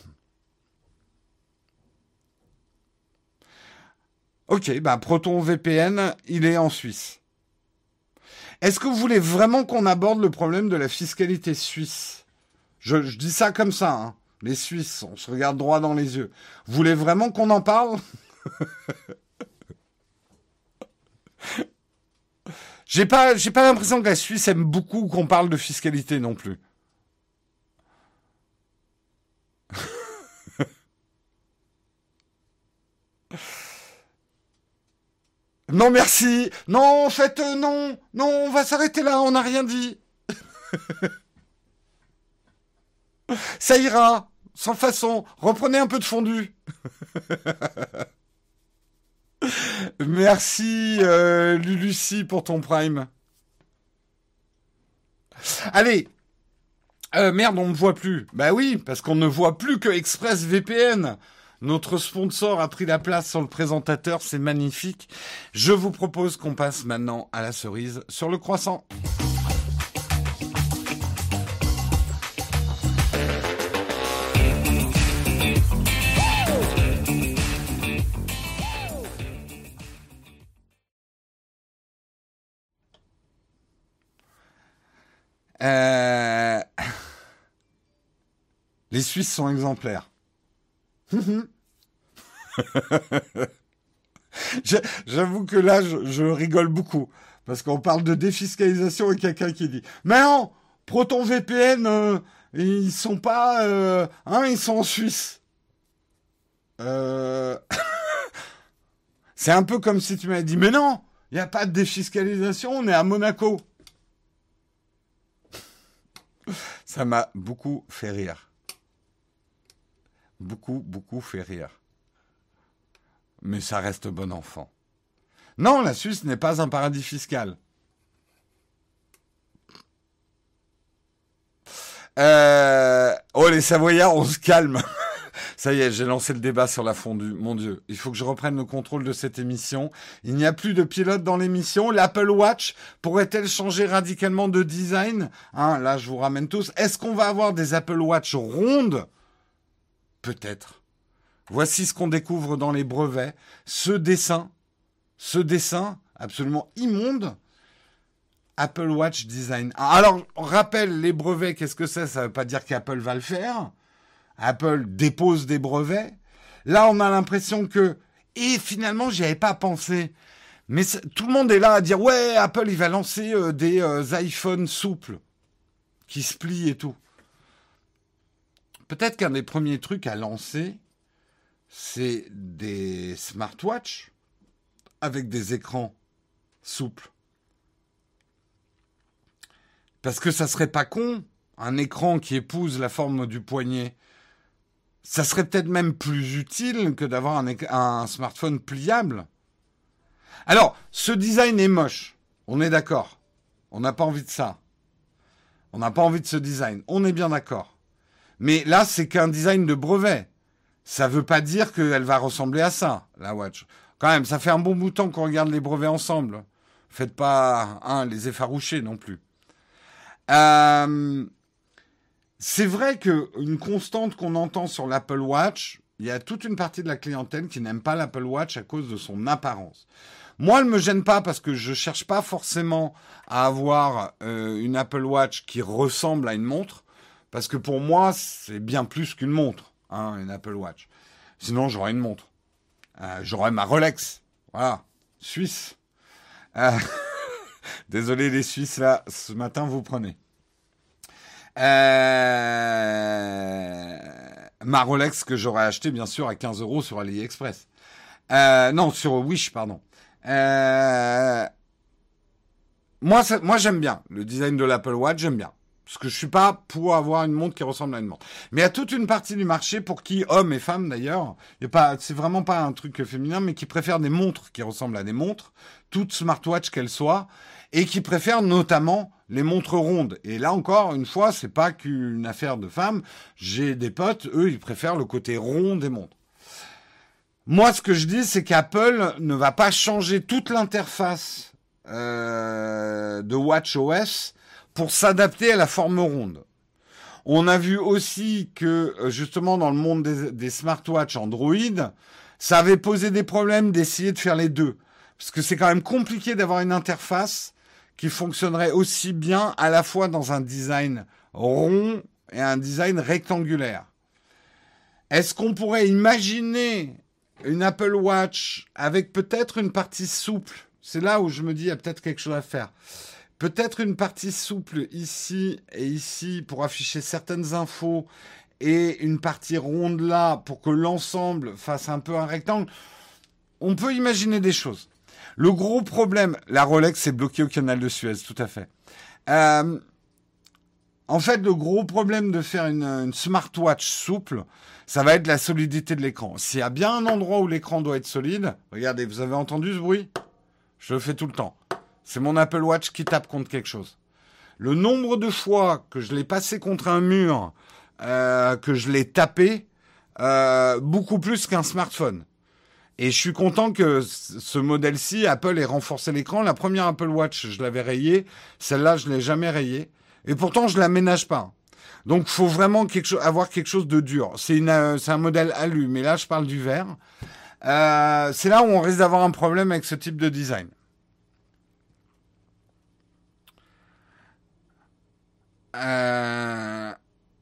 Ok, bah ProtonVPN, il est en Suisse. Est-ce que vous voulez vraiment qu'on aborde le problème de la fiscalité suisse? je, je dis ça comme ça, hein. Les Suisses, on se regarde droit dans les yeux. Vous voulez vraiment qu'on en parle? J'ai pas, j'ai pas l'impression que la Suisse aime beaucoup qu'on parle de fiscalité non plus. Non merci. Non, en fait, euh, non. Non, on va s'arrêter là, on n'a rien dit. Ça ira. Sans façon. Reprenez un peu de fondu. Merci, euh, Lulucie, pour ton prime. Allez. Euh, merde, on ne voit plus. Bah oui, parce qu'on ne voit plus que ExpressVPN. Notre sponsor a pris la place sur le présentateur, c'est magnifique. Je vous propose qu'on passe maintenant à la cerise sur le croissant. Euh... Les Suisses sont exemplaires. J'avoue que là, je, je rigole beaucoup. Parce qu'on parle de défiscalisation et quelqu'un qui dit « Mais non, ProtonVPN, euh, ils sont pas... Euh, hein, ils sont en Suisse. Euh... » C'est un peu comme si tu m'avais dit « Mais non, il n'y a pas de défiscalisation, on est à Monaco. » Ça m'a beaucoup fait rire. Beaucoup, beaucoup fait rire. Mais ça reste bon enfant. Non, la Suisse n'est pas un paradis fiscal. Euh... Oh, les Savoyards, on se calme. Ça y est, j'ai lancé le débat sur la fondue. Mon Dieu, il faut que je reprenne le contrôle de cette émission. Il n'y a plus de pilote dans l'émission. L'Apple Watch pourrait-elle changer radicalement de design? Hein, là, je vous ramène tous. Est-ce qu'on va avoir des Apple Watch rondes? Peut-être. Voici ce qu'on découvre dans les brevets. Ce dessin, ce dessin absolument immonde, Apple Watch Design. Alors, on rappelle les brevets, qu'est-ce que c'est? Ça ne veut pas dire qu'Apple va le faire. Apple dépose des brevets. Là, on a l'impression que... Et finalement, j'y avais pas pensé. Mais tout le monde est là à dire, ouais, Apple, il va lancer euh, des euh, iPhones souples, qui se plient et tout. Peut-être qu'un des premiers trucs à lancer, c'est des smartwatches avec des écrans souples. Parce que ça serait pas con, un écran qui épouse la forme du poignet. Ça serait peut-être même plus utile que d'avoir un, un smartphone pliable. Alors, ce design est moche. On est d'accord. On n'a pas envie de ça. On n'a pas envie de ce design. On est bien d'accord. Mais là, c'est qu'un design de brevet. Ça veut pas dire qu'elle va ressembler à ça, la watch. Quand même, ça fait un bon bout de temps qu'on regarde les brevets ensemble. Faites pas hein, les effaroucher non plus. Euh... C'est vrai qu'une constante qu'on entend sur l'Apple Watch, il y a toute une partie de la clientèle qui n'aime pas l'Apple Watch à cause de son apparence. Moi, elle ne me gêne pas parce que je ne cherche pas forcément à avoir euh, une Apple Watch qui ressemble à une montre. Parce que pour moi, c'est bien plus qu'une montre, hein, une Apple Watch. Sinon, j'aurais une montre. Euh, j'aurais ma Rolex. Voilà, suisse. Euh, Désolé les Suisses, là, ce matin, vous prenez. Euh, ma Rolex que j'aurais acheté bien sûr à quinze euros sur AliExpress. Euh, non, sur Wish, pardon. Euh, moi, ça, moi, j'aime bien le design de l'Apple Watch, j'aime bien. Parce que je suis pas pour avoir une montre qui ressemble à une montre. Mais il y a toute une partie du marché pour qui, hommes et femmes d'ailleurs, il y a pas, c'est vraiment pas un truc féminin, mais qui préfèrent des montres qui ressemblent à des montres, toutes smartwatch qu'elles soient, et qui préfèrent notamment les montres rondes. Et là encore, une fois, c'est pas qu'une affaire de femmes. J'ai des potes, eux, ils préfèrent le côté rond des montres. Moi, ce que je dis, c'est qu'Apple ne va pas changer toute l'interface euh, de WatchOS pour s'adapter à la forme ronde. On a vu aussi que, justement, dans le monde des, des smartwatches Android, ça avait posé des problèmes d'essayer de faire les deux. Parce que c'est quand même compliqué d'avoir une interface qui fonctionnerait aussi bien à la fois dans un design rond et un design rectangulaire. Est-ce qu'on pourrait imaginer une Apple Watch avec peut-être une partie souple? C'est là où je me dis, il y a peut-être quelque chose à faire. Peut-être une partie souple ici et ici pour afficher certaines infos et une partie ronde là pour que l'ensemble fasse un peu un rectangle. On peut imaginer des choses. Le gros problème, la Rolex est bloquée au canal de Suez, tout à fait. Euh, en fait, le gros problème de faire une, une smartwatch souple, ça va être la solidité de l'écran. S'il y a bien un endroit où l'écran doit être solide, regardez, vous avez entendu ce bruit? Je le fais tout le temps. C'est mon Apple Watch qui tape contre quelque chose. Le nombre de fois que je l'ai passé contre un mur, euh, que je l'ai tapé, euh, beaucoup plus qu'un smartphone. Et je suis content que ce modèle-ci, Apple ait renforcé l'écran. La première Apple Watch, je l'avais rayée. Celle-là, je l'ai jamais rayée. Et pourtant, je l'aménage pas. Donc, faut vraiment quelque chose, avoir quelque chose de dur. C'est une, euh, c'est un modèle alu, mais là, je parle du verre. Euh, c'est là où on risque d'avoir un problème avec ce type de design. Euh...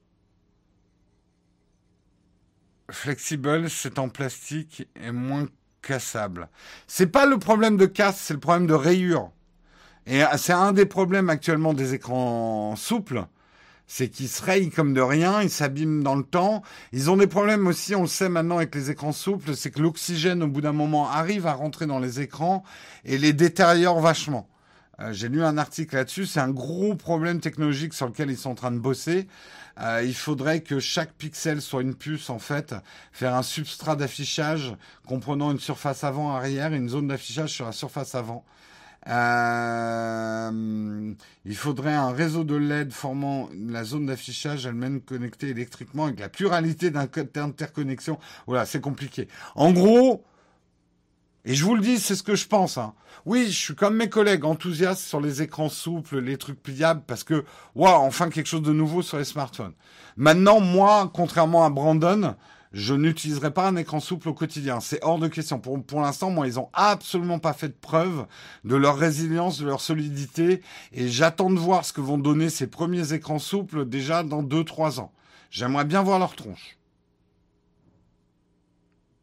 Flexible, c'est en plastique et moins cassable. C'est pas le problème de casse, c'est le problème de rayure. Et c'est un des problèmes actuellement des écrans souples, c'est qu'ils se rayent comme de rien, ils s'abîment dans le temps. Ils ont des problèmes aussi, on le sait maintenant avec les écrans souples, c'est que l'oxygène au bout d'un moment arrive à rentrer dans les écrans et les détériore vachement. Euh, j'ai lu un article là-dessus, c'est un gros problème technologique sur lequel ils sont en train de bosser. Euh, il faudrait que chaque pixel soit une puce, en fait, faire un substrat d'affichage comprenant une surface avant-arrière et une zone d'affichage sur la surface avant. Euh, il faudrait un réseau de L E D formant la zone d'affichage elle-même connectée électriquement avec la pluralité d'interconnexions. Voilà, c'est compliqué. En gros, et je vous le dis, c'est ce que je pense. Hein. Oui, je suis comme mes collègues enthousiastes sur les écrans souples, les trucs pliables, parce que, waouh, enfin quelque chose de nouveau sur les smartphones. Maintenant, moi, contrairement à Brandon, je n'utiliserai pas un écran souple au quotidien. C'est hors de question. Pour, pour l'instant, moi, ils n'ont absolument pas fait de preuve de leur résilience, de leur solidité, et j'attends de voir ce que vont donner ces premiers écrans souples déjà dans deux trois ans. J'aimerais bien voir leur tronche.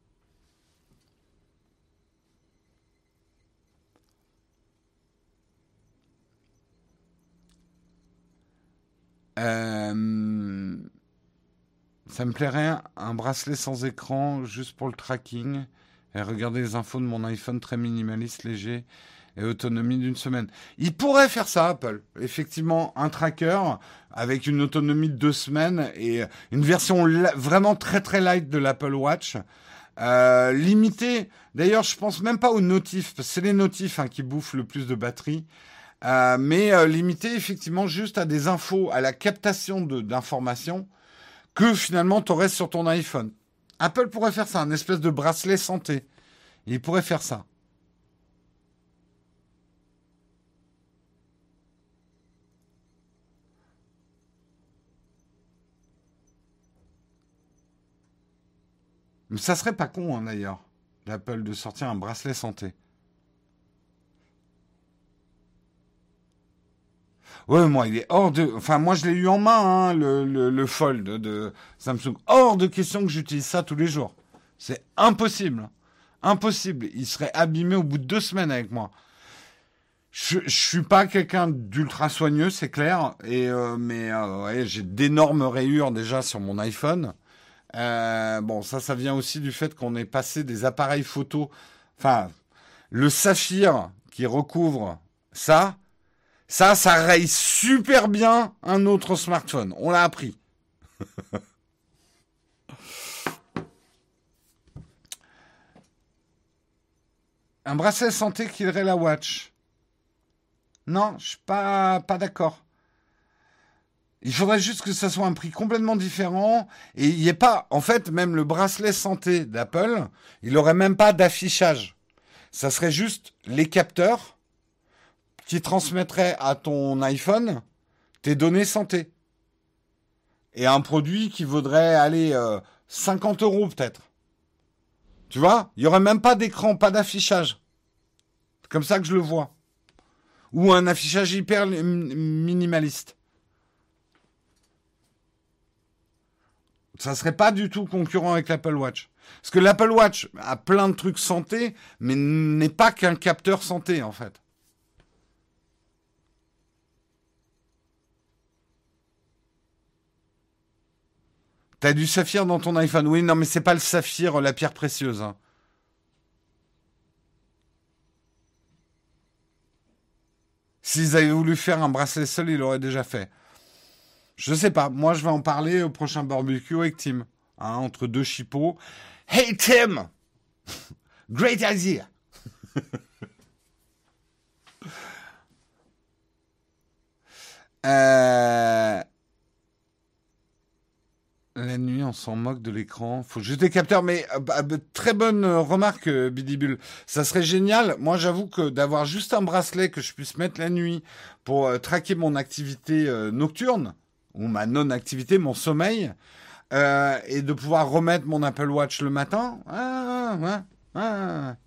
Euh, ça me plairait un bracelet sans écran, juste pour le tracking, et regarder les infos de mon iPhone très minimaliste, léger, et autonomie d'une semaine. Il pourrait faire ça, Apple. Effectivement, un tracker avec une autonomie de deux semaines et une version la- vraiment très très light de l'Apple Watch. Euh, limité, d'ailleurs, je pense même pas aux notifs, parce que c'est les notifs hein, qui bouffent le plus de batterie. Euh, mais euh, limité effectivement juste à des infos, à la captation de, d'informations que finalement tu aurais sur ton iPhone. Apple pourrait faire ça, un espèce de bracelet santé. Il pourrait faire ça. Mais ça serait pas con, hein, d'ailleurs, d'Apple de sortir un bracelet santé. Ouais, moi, il est hors de... Enfin, moi, je l'ai eu en main, hein, le, le, le Fold de Samsung. Hors de question que j'utilise ça tous les jours. C'est impossible. Impossible. Il serait abîmé au bout de deux semaines avec moi. Je, je suis pas quelqu'un d'ultra soigneux, c'est clair. Et euh, mais euh, ouais, j'ai d'énormes rayures déjà sur mon iPhone. Euh, bon, ça, ça vient aussi du fait qu'on est passé des appareils photo. Enfin, le saphir qui recouvre ça, ça, ça raye super bien un autre smartphone. On l'a appris. Un bracelet santé qui irait la watch. Non, je suis pas, pas d'accord. Il faudrait juste que ça soit un prix complètement différent et il n'y ait pas, en fait, même le bracelet santé d'Apple, il n'aurait même pas d'affichage. Ça serait juste les capteurs qui transmettraient à ton iPhone tes données santé. Et un produit qui vaudrait, aller euh, cinquante euros peut-être. Tu vois? Il n'y aurait même pas d'écran, pas d'affichage. C'est comme ça que je le vois. Ou un affichage hyper minimaliste. Ça serait pas du tout concurrent avec l'Apple Watch. Parce que l'Apple Watch a plein de trucs santé, mais n'est pas qu'un capteur santé, en fait. T'as du saphir dans ton iPhone. Oui, non, mais c'est pas le saphir, la pierre précieuse. Hein. S'ils avaient voulu faire un bracelet seul, ils l'auraient déjà fait. Je sais pas. Moi, je vais en parler au prochain barbecue avec Tim. Hein, entre deux chipots. Hey Tim! Great idea! euh... La nuit, on s'en moque de l'écran. Faut juste des capteurs. Mais euh, bah, bah, très bonne euh, remarque, euh, Bidibule. Ça serait génial. Moi, j'avoue que d'avoir juste un bracelet que je puisse mettre la nuit pour euh, traquer mon activité euh, nocturne ou ma non-activité, mon sommeil, euh, et de pouvoir remettre mon Apple Watch le matin. Ah, ouais, ah.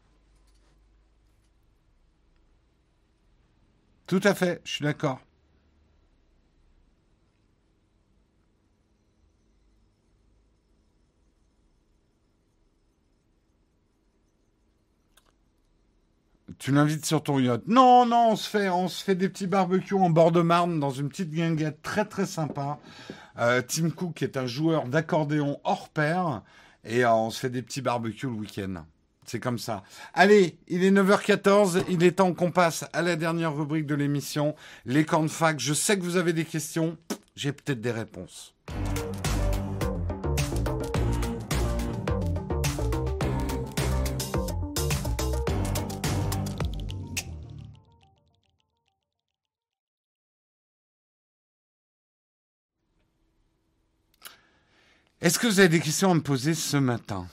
Tout à fait. Je suis d'accord. Tu l'invites sur ton yacht. Non, non, on se fait, on se fait des petits barbecues en bord de Marne dans une petite guinguette très très sympa. Euh, Tim Cook est un joueur d'accordéon hors pair et euh, on se fait des petits barbecues le week-end. C'est comme ça. Allez, il est neuf heures quatorze, il est temps qu'on passe à la dernière rubrique de l'émission, les camps de fac. Je sais que vous avez des questions, j'ai peut-être des réponses. Est-ce que vous avez des questions à me poser ce matin?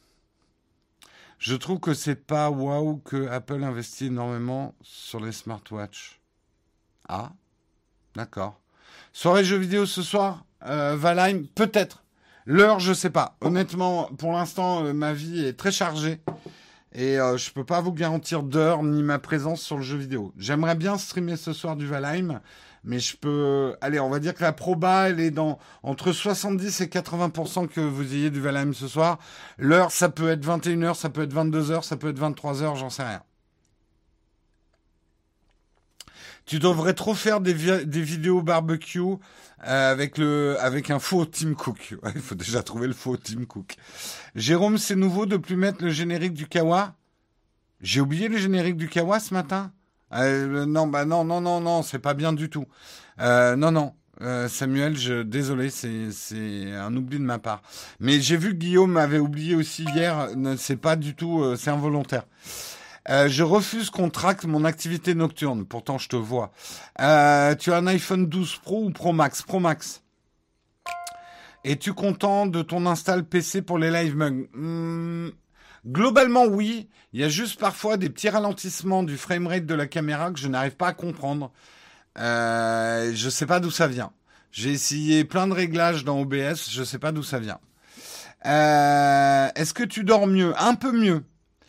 Je trouve que c'est pas waouh que Apple investit énormément sur les smartwatches. Ah, d'accord. Soirée jeux vidéo ce soir, euh, Valheim, peut-être. L'heure, je sais pas. Honnêtement, pour l'instant, euh, ma vie est très chargée et euh, je peux pas vous garantir d'heure ni ma présence sur le jeu vidéo. J'aimerais bien streamer ce soir du Valheim, mais je peux... Allez, on va dire que la proba, elle est dans entre soixante-dix et quatre-vingts pour cent que vous ayez du Valheim ce soir. L'heure, ça peut être vingt et une heures, ça peut être vingt-deux heures, ça peut être vingt-trois heures, j'en sais rien. Tu devrais trop faire des, vi- des vidéos barbecue euh, avec le avec un faux Tim Cook. Ouais, il faut déjà trouver le faux Tim Cook. Jérôme, c'est nouveau de plus mettre le générique du Kawa. J'ai oublié le générique du Kawa ce matin. Euh, non, bah non, non, non, non, c'est pas bien du tout. Euh, non, non. Euh, Samuel, je, désolé, c'est, c'est un oubli de ma part. Mais j'ai vu que Guillaume avait oublié aussi hier. Ne- C'est pas du tout, euh, c'est involontaire. Euh, je refuse qu'on traque mon activité nocturne. Pourtant, je te vois. Euh, tu as un iPhone douze Pro ou Pro Max? Pro Max. Es-tu content de ton install P C pour les live mugs? Hmm, globalement, oui. Il y a juste parfois des petits ralentissements du framerate de la caméra que je n'arrive pas à comprendre. Euh, je sais pas d'où ça vient. J'ai essayé plein de réglages dans O B S, je sais pas d'où ça vient. Euh, est-ce que tu dors mieux? Un peu mieux.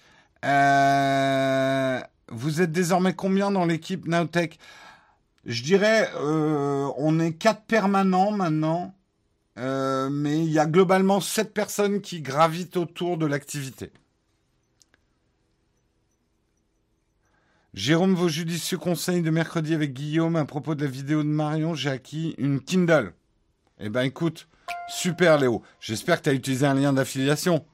Euh, vous êtes désormais combien dans l'équipe Nowtech? Je dirais, euh, on est quatre permanents maintenant, euh, mais il y a globalement sept personnes qui gravitent autour de l'activité. Jérôme, vos judicieux conseils de mercredi avec Guillaume à propos de la vidéo de Marion, j'ai acquis une Kindle. Eh ben écoute, super Léo, j'espère que tu as utilisé un lien d'affiliation.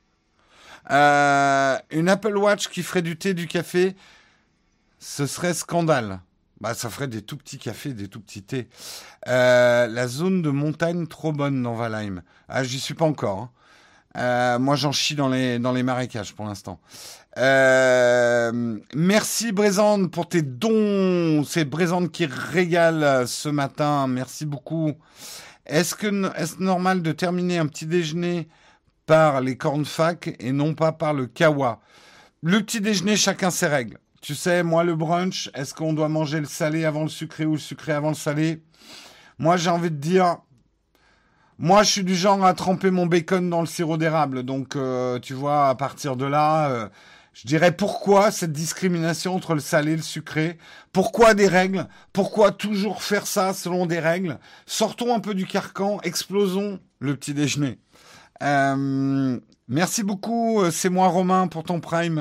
Euh, une Apple Watch qui ferait du thé, du café, ce serait scandale. Bah ça ferait des tout petits cafés, des tout petits thés. Euh, la zone de montagne trop bonne dans Valheim. Ah j'y suis pas encore. Hein. Euh, moi j'en chie dans les, dans les marécages pour l'instant. Euh, merci Brésande pour tes dons. C'est Brésande qui régale ce matin. Merci beaucoup. Est-ce que est-ce normal de terminer un petit déjeuner par les cornflakes et non pas par le kawa? Le petit déjeuner, chacun ses règles. Tu sais, moi le brunch, est-ce qu'on doit manger le salé avant le sucré ou le sucré avant le salé? Moi j'ai envie de dire, moi je suis du genre à tremper mon bacon dans le sirop d'érable. Donc euh, tu vois, à partir de là... Euh, Je dirais pourquoi cette discrimination entre le salé et le sucré? Pourquoi des règles? Pourquoi toujours faire ça selon des règles? Sortons un peu du carcan, explosons le petit déjeuner. Euh, merci beaucoup, c'est moi Romain pour ton prime.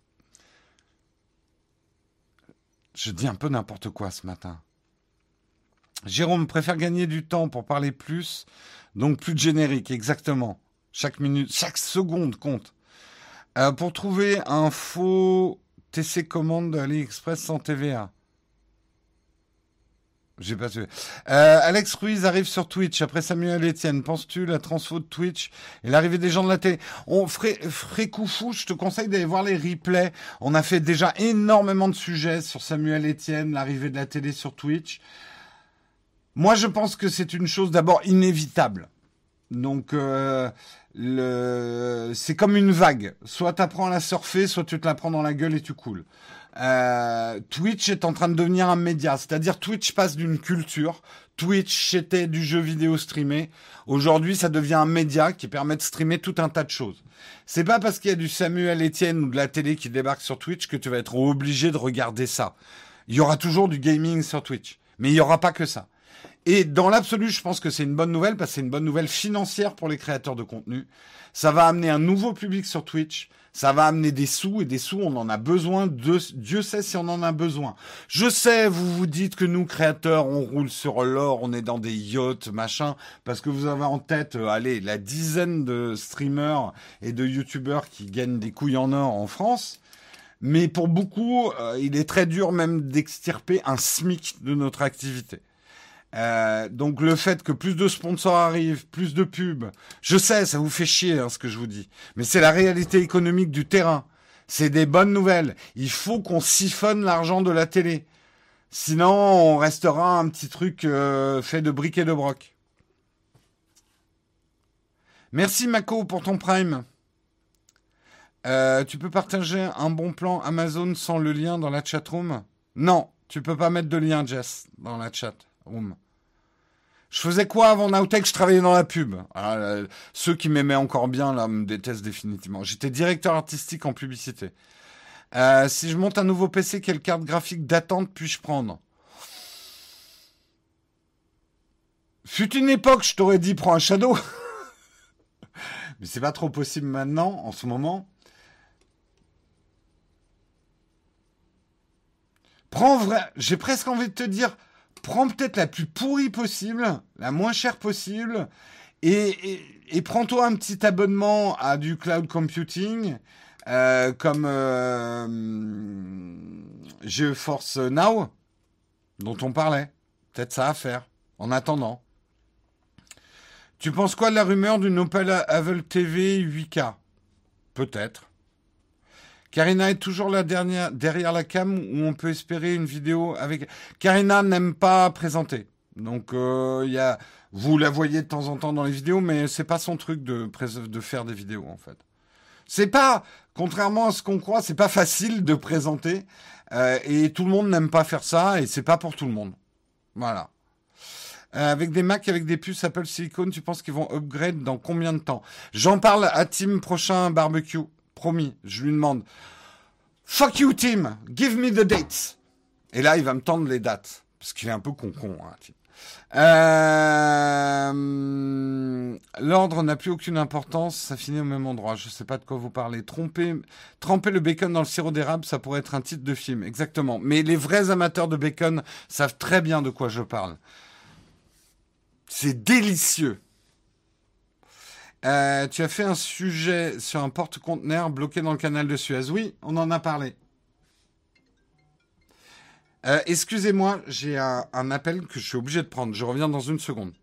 Je dis un peu n'importe quoi ce matin. Jérôme préfère gagner du temps pour parler plus, donc plus de générique, exactement. Chaque minute, chaque seconde compte. Euh, pour trouver un faux T C commande de AliExpress sans T V A. J'ai pas tué. Euh, Alex Ruiz arrive sur Twitch après Samuel Etienne. Penses-tu la transfo de Twitch et l'arrivée des gens de la télé? On ferait, ferait coup fou. Je te conseille d'aller voir les replays. On a fait déjà énormément de sujets sur Samuel Etienne, l'arrivée de la télé sur Twitch. Moi, je pense que c'est une chose d'abord inévitable. Donc, euh, le... c'est comme une vague. Soit tu apprends à la surfer, soit tu te la prends dans la gueule et tu coules. Euh, Twitch est en train de devenir un média. C'est-à-dire Twitch passe d'une culture. Twitch, c'était du jeu vidéo streamé. Aujourd'hui, ça devient un média qui permet de streamer tout un tas de choses. C'est pas parce qu'il y a du Samuel Etienne ou de la télé qui débarque sur Twitch que tu vas être obligé de regarder ça. Il y aura toujours du gaming sur Twitch. Mais il n'y aura pas que ça. Et dans l'absolu, je pense que c'est une bonne nouvelle parce que c'est une bonne nouvelle financière pour les créateurs de contenu. Ça va amener un nouveau public sur Twitch. Ça va amener des sous et des sous, on en a besoin. De, Dieu sait si on en a besoin. Je sais, vous vous dites que nous, créateurs, on roule sur l'or, on est dans des yachts, machin, parce que vous avez en tête, euh, allez, la dizaine de streamers et de youtubeurs qui gagnent des couilles en or en France. Mais pour beaucoup, euh, il est très dur même d'extirper un SMIC de notre activité. Euh, donc le fait que plus de sponsors arrivent, plus de pubs, je sais, ça vous fait chier hein, ce que je vous dis, mais c'est la réalité économique du terrain. C'est des bonnes nouvelles. Il faut qu'on siphonne l'argent de la télé. Sinon, on restera un petit truc euh, fait de briques et de broc. Merci Mako pour ton prime. Euh, tu peux partager un bon plan Amazon sans le lien dans la chatroom? Non, tu peux pas mettre de lien, Jess, dans la chatroom. Je faisais quoi avant Nowtech? Je travaillais dans la pub. Alors, euh, ceux qui m'aimaient encore bien, là, me détestent définitivement. J'étais directeur artistique en publicité. Euh, si je monte un nouveau P C, quelle carte graphique d'attente puis-je prendre? Fut une époque, je t'aurais dit, prends un Shadow. Mais c'est pas trop possible maintenant, en ce moment. Prends vrai, j'ai presque envie de te dire, prends peut-être la plus pourrie possible, la moins chère possible, et, et, et prends-toi un petit abonnement à du cloud computing, euh, comme euh, GeForce Now, dont on parlait. Peut-être ça à faire, en attendant. Tu penses quoi de la rumeur d'une Opel Avel T V huit K? Peut-être. Karina est toujours la dernière, derrière la cam où on peut espérer une vidéo avec... Karina n'aime pas présenter. Donc, euh, y a... vous la voyez de temps en temps dans les vidéos, mais c'est pas son truc de, pré... de faire des vidéos, en fait. C'est pas, contrairement à ce qu'on croit, c'est pas facile de présenter. Euh, et tout le monde n'aime pas faire ça, et c'est pas pour tout le monde. Voilà. Euh, avec des Mac, avec des puces Apple Silicon, tu penses qu'ils vont upgrade dans combien de temps? J'en parle à Tim prochain barbecue. Promis, je lui demande. Fuck you, Tim. Give me the dates. Et là, il va me tendre les dates. Parce qu'il est un peu con-con, hein, Tim. Euh... L'ordre n'a plus aucune importance. Ça finit au même endroit. Je sais pas de quoi vous parlez. Tromper... Tremper le bacon dans le sirop d'érable, ça pourrait être un titre de film. Exactement. Mais les vrais amateurs de bacon savent très bien de quoi je parle. C'est délicieux. Euh, tu as fait un sujet sur un porte-conteneur bloqué dans le canal de Suez. Oui, on en a parlé. Euh, excusez-moi, j'ai un, un appel que je suis obligé de prendre. Je reviens dans une seconde.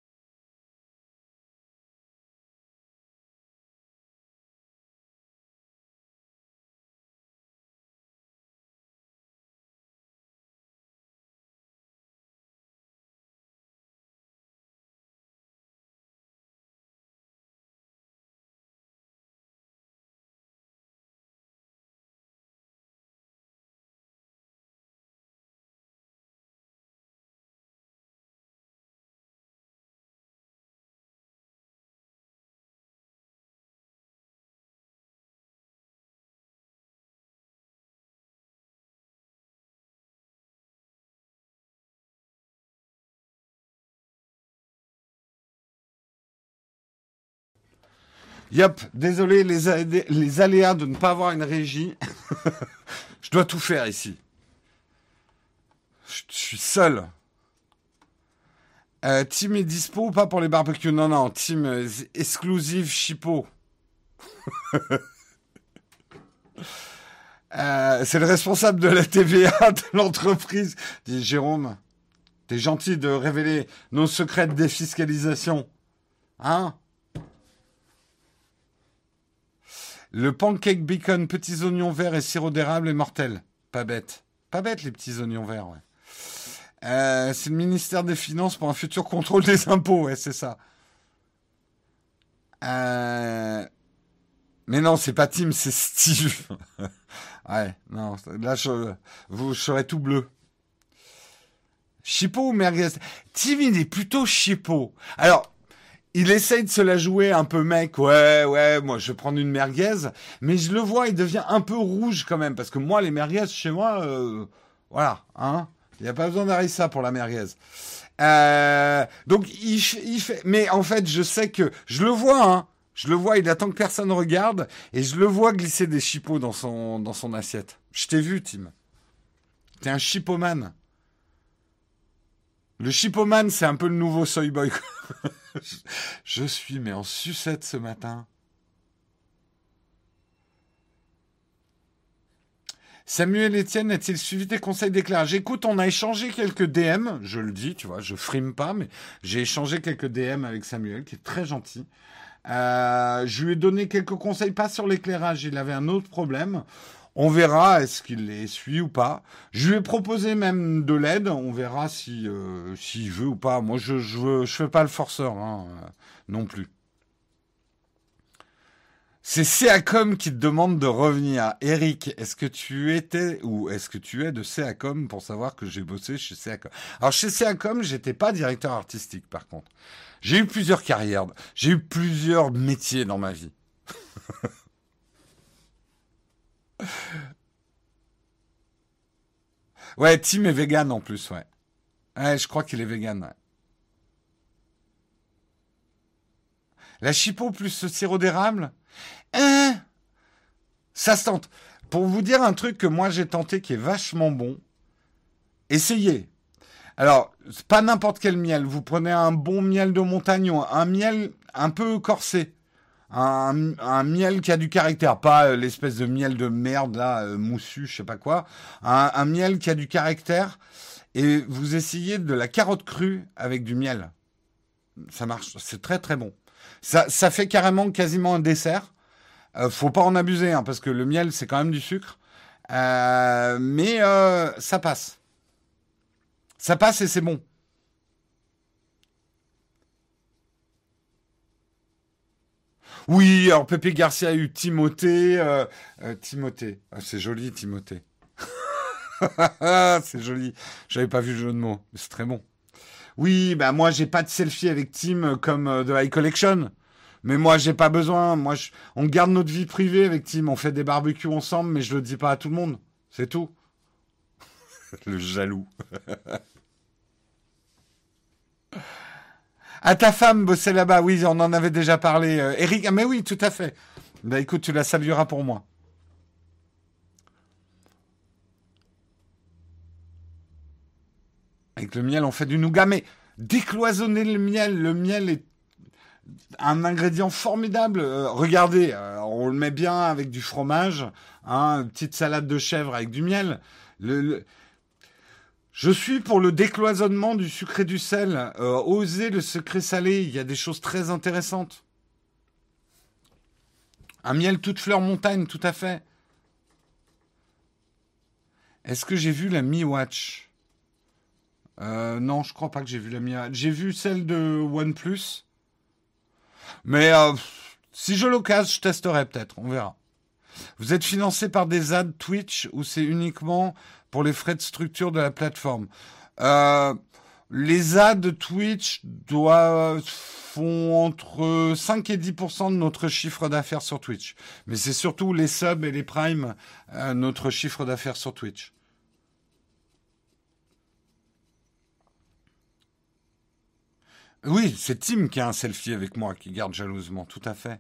Yop, désolé les, a- les aléas de ne pas avoir une régie. Je dois tout faire ici. Je, je suis seul. Euh, team est dispo ou pas pour les barbecues? Non, non, team euh, exclusive Chipo. Euh, c'est le responsable de la T V A de l'entreprise. Dit Jérôme, t'es gentil de révéler nos secrets de défiscalisation. Hein? Le pancake bacon, petits oignons verts et sirop d'érable est mortel. Pas bête. Pas bête les petits oignons verts, ouais. Euh, c'est le ministère des Finances pour un futur contrôle des impôts, ouais, c'est ça. Euh... Mais non, c'est pas Tim, c'est Steve. Ouais, non, là, je, vous, je serais tout bleu. Chipo ou merguez? Tim, il est plutôt chipo. Alors, il essaye de se la jouer un peu mec, ouais, ouais, moi je vais prendre une merguez, mais je le vois, il devient un peu rouge quand même, parce que moi, les merguez, chez moi, euh, voilà, hein, il n'y a pas besoin d'harissa pour la merguez. Euh, donc, il, il fait, mais en fait, je sais que, je le vois, hein, je le vois, il attend que personne regarde, et je le vois glisser des chipots dans son, dans son assiette. Je t'ai vu, Tim. T'es un chipoman. Le chipoman, c'est un peu le nouveau soy boy. je, je suis, mais en sucette ce matin. Samuel Etienne a-t-il suivi tes conseils d'éclairage? Écoute, on a échangé quelques D M, je le dis, tu vois, je frime pas, mais j'ai échangé quelques D M avec Samuel, qui est très gentil. Euh, je lui ai donné quelques conseils, pas sur l'éclairage, il avait un autre problème. On verra, est-ce qu'il les suit ou pas. Je lui ai proposé même de l'aide, on verra si euh, s'il veut ou pas. Moi, je je, veux, je fais pas le forceur, hein, euh, non plus. C'est Seacom qui te demande de revenir. Eric, est-ce que tu étais ou est-ce que tu es de Seacom pour savoir que j'ai bossé chez Seacom? Alors chez Seacom, j'étais pas directeur artistique par contre. J'ai eu plusieurs carrières, j'ai eu plusieurs métiers dans ma vie. Ouais, Tim est vegan en plus, ouais. Ouais, je crois qu'il est vegan, ouais. La chipot plus le sirop d'érable? Hein? Ça se tente. Pour vous dire un truc que moi j'ai tenté qui est vachement bon, Essayez. Alors, c'est pas n'importe quel miel. Vous prenez un bon miel de montagne ou un miel un peu corsé. Un, un miel qui a du caractère. Pas euh, l'espèce de miel de merde, là, euh, moussu, je sais pas quoi. Un, un miel qui a du caractère. Et vous essayez de la carotte crue avec du miel. Ça marche. C'est très très bon. Ça, ça fait carrément quasiment un dessert. Euh, faut pas en abuser, hein, parce que le miel, c'est quand même du sucre. Euh, mais euh, ça passe. Ça passe et c'est bon. Oui, alors Pépé Garcia a eu Timothée. Euh, euh, Timothée. Ah, c'est joli, Timothée. C'est joli. J'avais pas vu le jeu de mots. Mais c'est très bon. Oui, bah moi, j'ai pas de selfie avec Tim comme euh, de High Collection. Mais moi, j'ai pas besoin. Moi, je- on garde notre vie privée avec Tim. On fait des barbecues ensemble, mais je le dis pas à tout le monde. C'est tout. Le jaloux. À ta femme bosser là-bas, oui, on en avait déjà parlé. Euh, Eric, ah, mais oui, tout à fait. Bah écoute, tu la salueras pour moi. Avec le miel, on fait du nougat, mais décloisonner le miel, le miel est un ingrédient formidable. Euh, regardez, euh, on le met bien avec du fromage, hein, une petite salade de chèvre avec du miel. Le, le- Je suis pour le décloisonnement du sucre et du sel. Euh, oser le secret salé, il y a des choses très intéressantes. Un miel toute fleur montagne, tout à fait. Est-ce que j'ai vu la Mi Watch? Euh, non, je crois pas que j'ai vu la Mi Watch. J'ai vu celle de OnePlus. Mais euh, si je l'occasion, je testerai peut-être. On verra. Vous êtes financé par des ads Twitch ou c'est uniquement pour les frais de structure de la plateforme? Euh, les ads Twitch doivent, font entre cinq et dix pour cent de notre chiffre d'affaires sur Twitch. Mais c'est surtout les subs et les primes, euh, notre chiffre d'affaires sur Twitch. Oui, c'est Tim qui a un selfie avec moi, qui garde jalousement, tout à fait.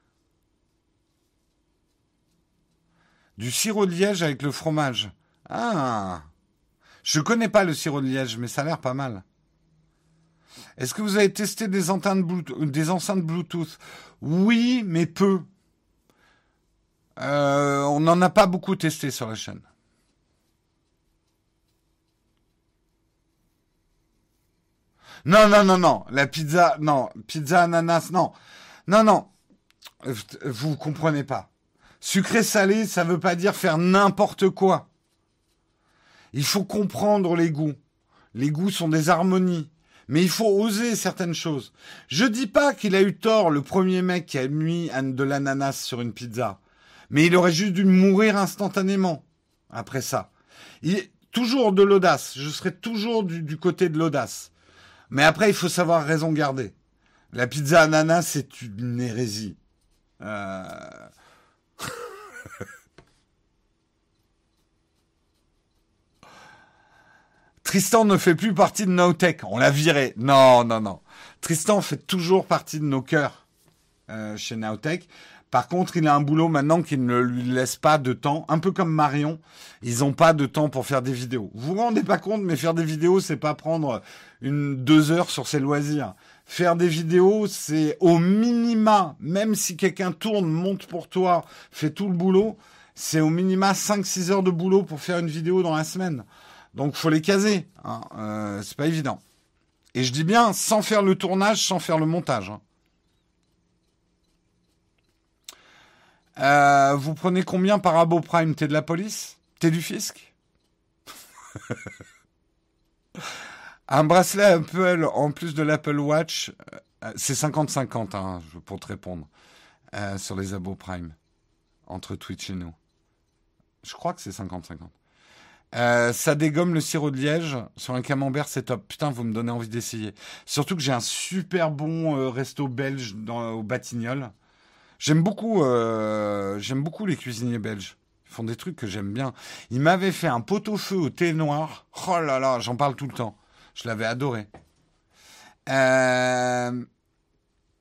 Du sirop de liège avec le fromage. Ah, je connais pas le sirop de liège, mais ça a l'air pas mal. Est-ce que vous avez testé des enceintes Bluetooth, des enceintes Bluetooth? Oui, mais peu. Euh, on n'en a pas beaucoup testé sur la chaîne. Non, non, non, non. La pizza, non. Pizza ananas, non. Non, non. Euh, Vous comprenez pas. Sucré salé, ça veut pas dire faire n'importe quoi. Il faut comprendre les goûts. Les goûts sont des harmonies. Mais il faut oser certaines choses. Je dis pas qu'il a eu tort, le premier mec qui a mis de l'ananas sur une pizza. Mais il aurait juste dû mourir instantanément après ça. Il, toujours de l'audace. Je serai toujours du, du côté de l'audace. Mais après, il faut savoir raison garder. La pizza ananas, c'est une hérésie. Euh, Tristan ne fait plus partie de Nowtech. On l'a viré. Non, non, non. Tristan fait toujours partie de nos cœurs euh, chez Nowtech. Par contre, il a un boulot maintenant qui ne lui laisse pas de temps. Un peu comme Marion. Ils n'ont pas de temps pour faire des vidéos. Vous vous rendez pas compte, mais faire des vidéos, c'est pas prendre une deux heures sur ses loisirs. Faire des vidéos, c'est au minima, même si quelqu'un tourne, monte pour toi, fait tout le boulot, c'est au minima cinq six heures de boulot pour faire une vidéo dans la semaine. Donc, faut les caser. Hein. Euh, c'est pas évident. Et je dis bien sans faire le tournage, sans faire le montage. Hein. Euh, vous prenez combien par abo Prime? T'es de la police? T'es du fisc? Un bracelet Apple en plus de l'Apple Watch, euh, c'est cinquante cinquante hein, pour te répondre, euh, sur les abos Prime, entre Twitch et nous. Je crois que c'est cinquante cinquante. Euh, ça dégomme le sirop de liège. Sur un camembert, c'est top. Putain, vous me donnez envie d'essayer. Surtout que j'ai un super bon euh, resto belge dans, au Batignolles. J'aime beaucoup, euh, j'aime beaucoup les cuisiniers belges. Ils font des trucs que j'aime bien. Ils m'avaient fait un pot-au-feu au thé noir. Oh là là, j'en parle tout le temps. Je l'avais adoré. Euh...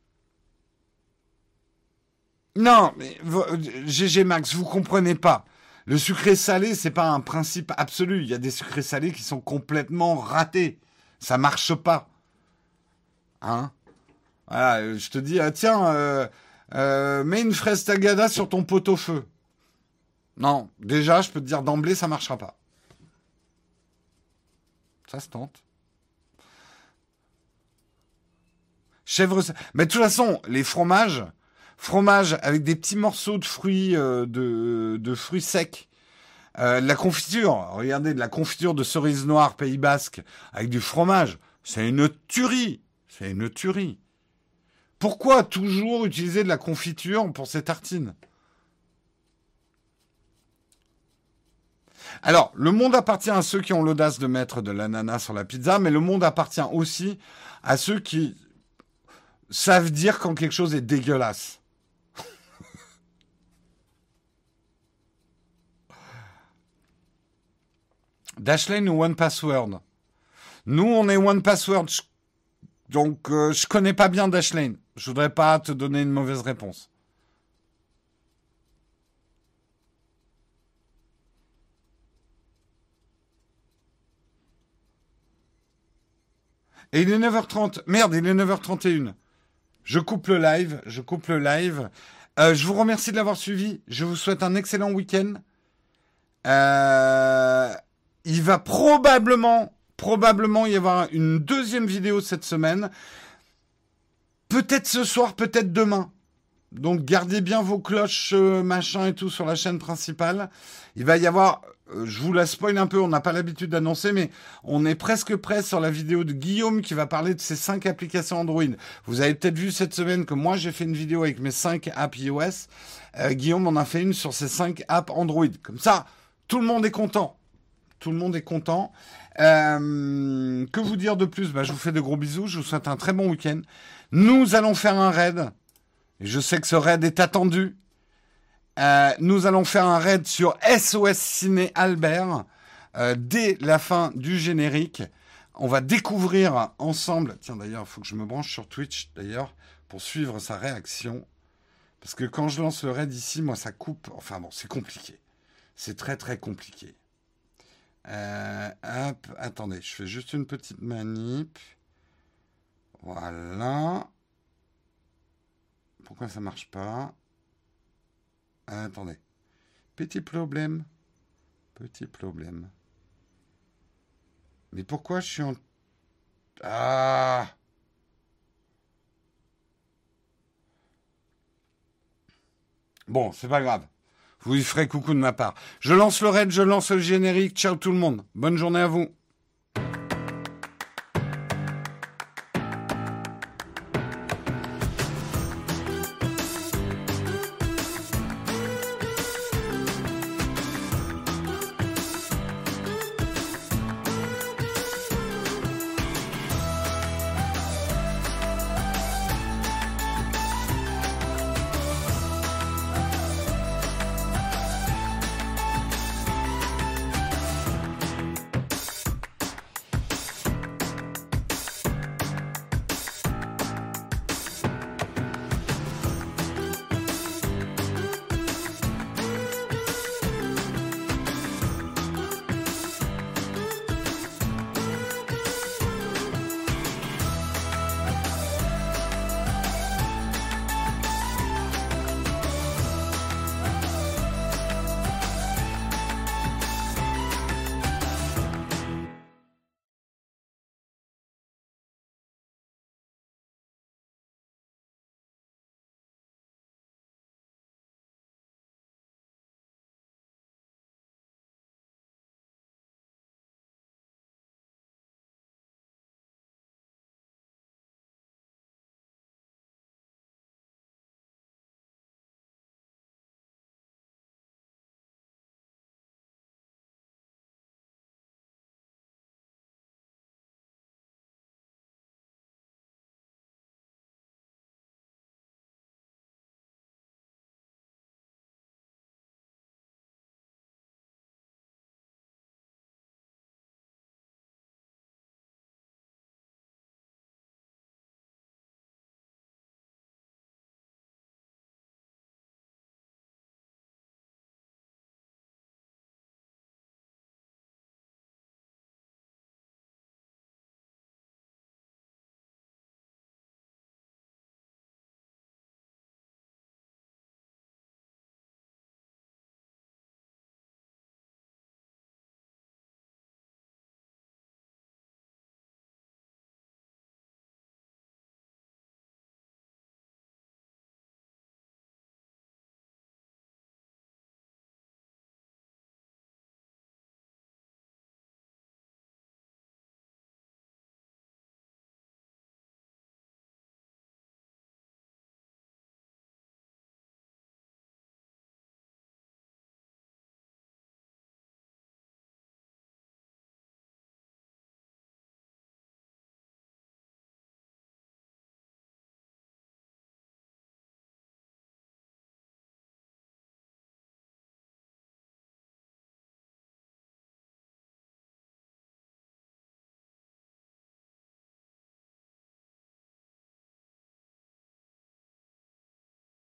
Non, mais G G Max, vous comprenez pas. Le sucré salé, c'est pas un principe absolu. Il y a des sucrés salés qui sont complètement ratés. Ça marche pas. Hein? Voilà, je te dis, ah, tiens, euh, euh, mets une fraise tagada sur ton pot-au-feu. Non, déjà, je peux te dire d'emblée, ça marchera pas. Ça se tente. Chèvre... Mais de toute façon, les fromages, fromages avec des petits morceaux de fruits, euh, de, de fruits secs, euh, de la confiture, regardez, de la confiture de cerise noire Pays Basque, avec du fromage, c'est une tuerie. C'est une tuerie. Pourquoi toujours utiliser de la confiture pour ces tartines? Alors, le monde appartient à ceux qui ont l'audace de mettre de l'ananas sur la pizza, mais le monde appartient aussi à ceux qui savent dire quand quelque chose est dégueulasse. Dashlane ou One Password? Nous, on est One Password, donc euh, je connais pas bien Dashlane. Je voudrais pas te donner une mauvaise réponse. Et il est neuf heures trente. Merde, il est neuf heures trente et une. Je coupe le live. Je coupe le live. Euh, je vous remercie de l'avoir suivi. Je vous souhaite un excellent week-end. Euh, il va probablement, probablement y avoir une deuxième vidéo cette semaine. Peut-être ce soir, peut-être demain. Donc gardez bien vos cloches, euh, machin et tout sur la chaîne principale. Il va y avoir, euh, je vous la spoil un peu, on n'a pas l'habitude d'annoncer, mais on est presque prêt sur la vidéo de Guillaume qui va parler de ses cinq applications Android. Vous avez peut-être vu cette semaine que moi j'ai fait une vidéo avec mes cinq apps iOS. Euh, Guillaume en a fait une sur ses cinq apps Android. Comme ça, tout le monde est content. Tout le monde est content. Euh, que vous dire de plus? Bah, je vous fais de gros bisous. Je vous souhaite un très bon week-end. Nous allons faire un raid. Et je sais que ce raid est attendu. Euh, nous allons faire un raid sur S O S Ciné Albert euh, dès la fin du générique. On va découvrir ensemble. Tiens, d'ailleurs, il faut que je me branche sur Twitch, d'ailleurs, pour suivre sa réaction. Parce que quand je lance le raid ici, moi, ça coupe. Enfin bon, c'est compliqué. C'est très, très compliqué. Euh, hop, attendez, je fais juste une petite manip. Voilà. Pourquoi ça marche pas? Attendez. Petit problème. Petit problème. Mais pourquoi je suis en... Ah! Bon, c'est pas grave. Vous y ferez coucou de ma part. Je lance le raid, je lance le générique. Ciao tout le monde. Bonne journée à vous.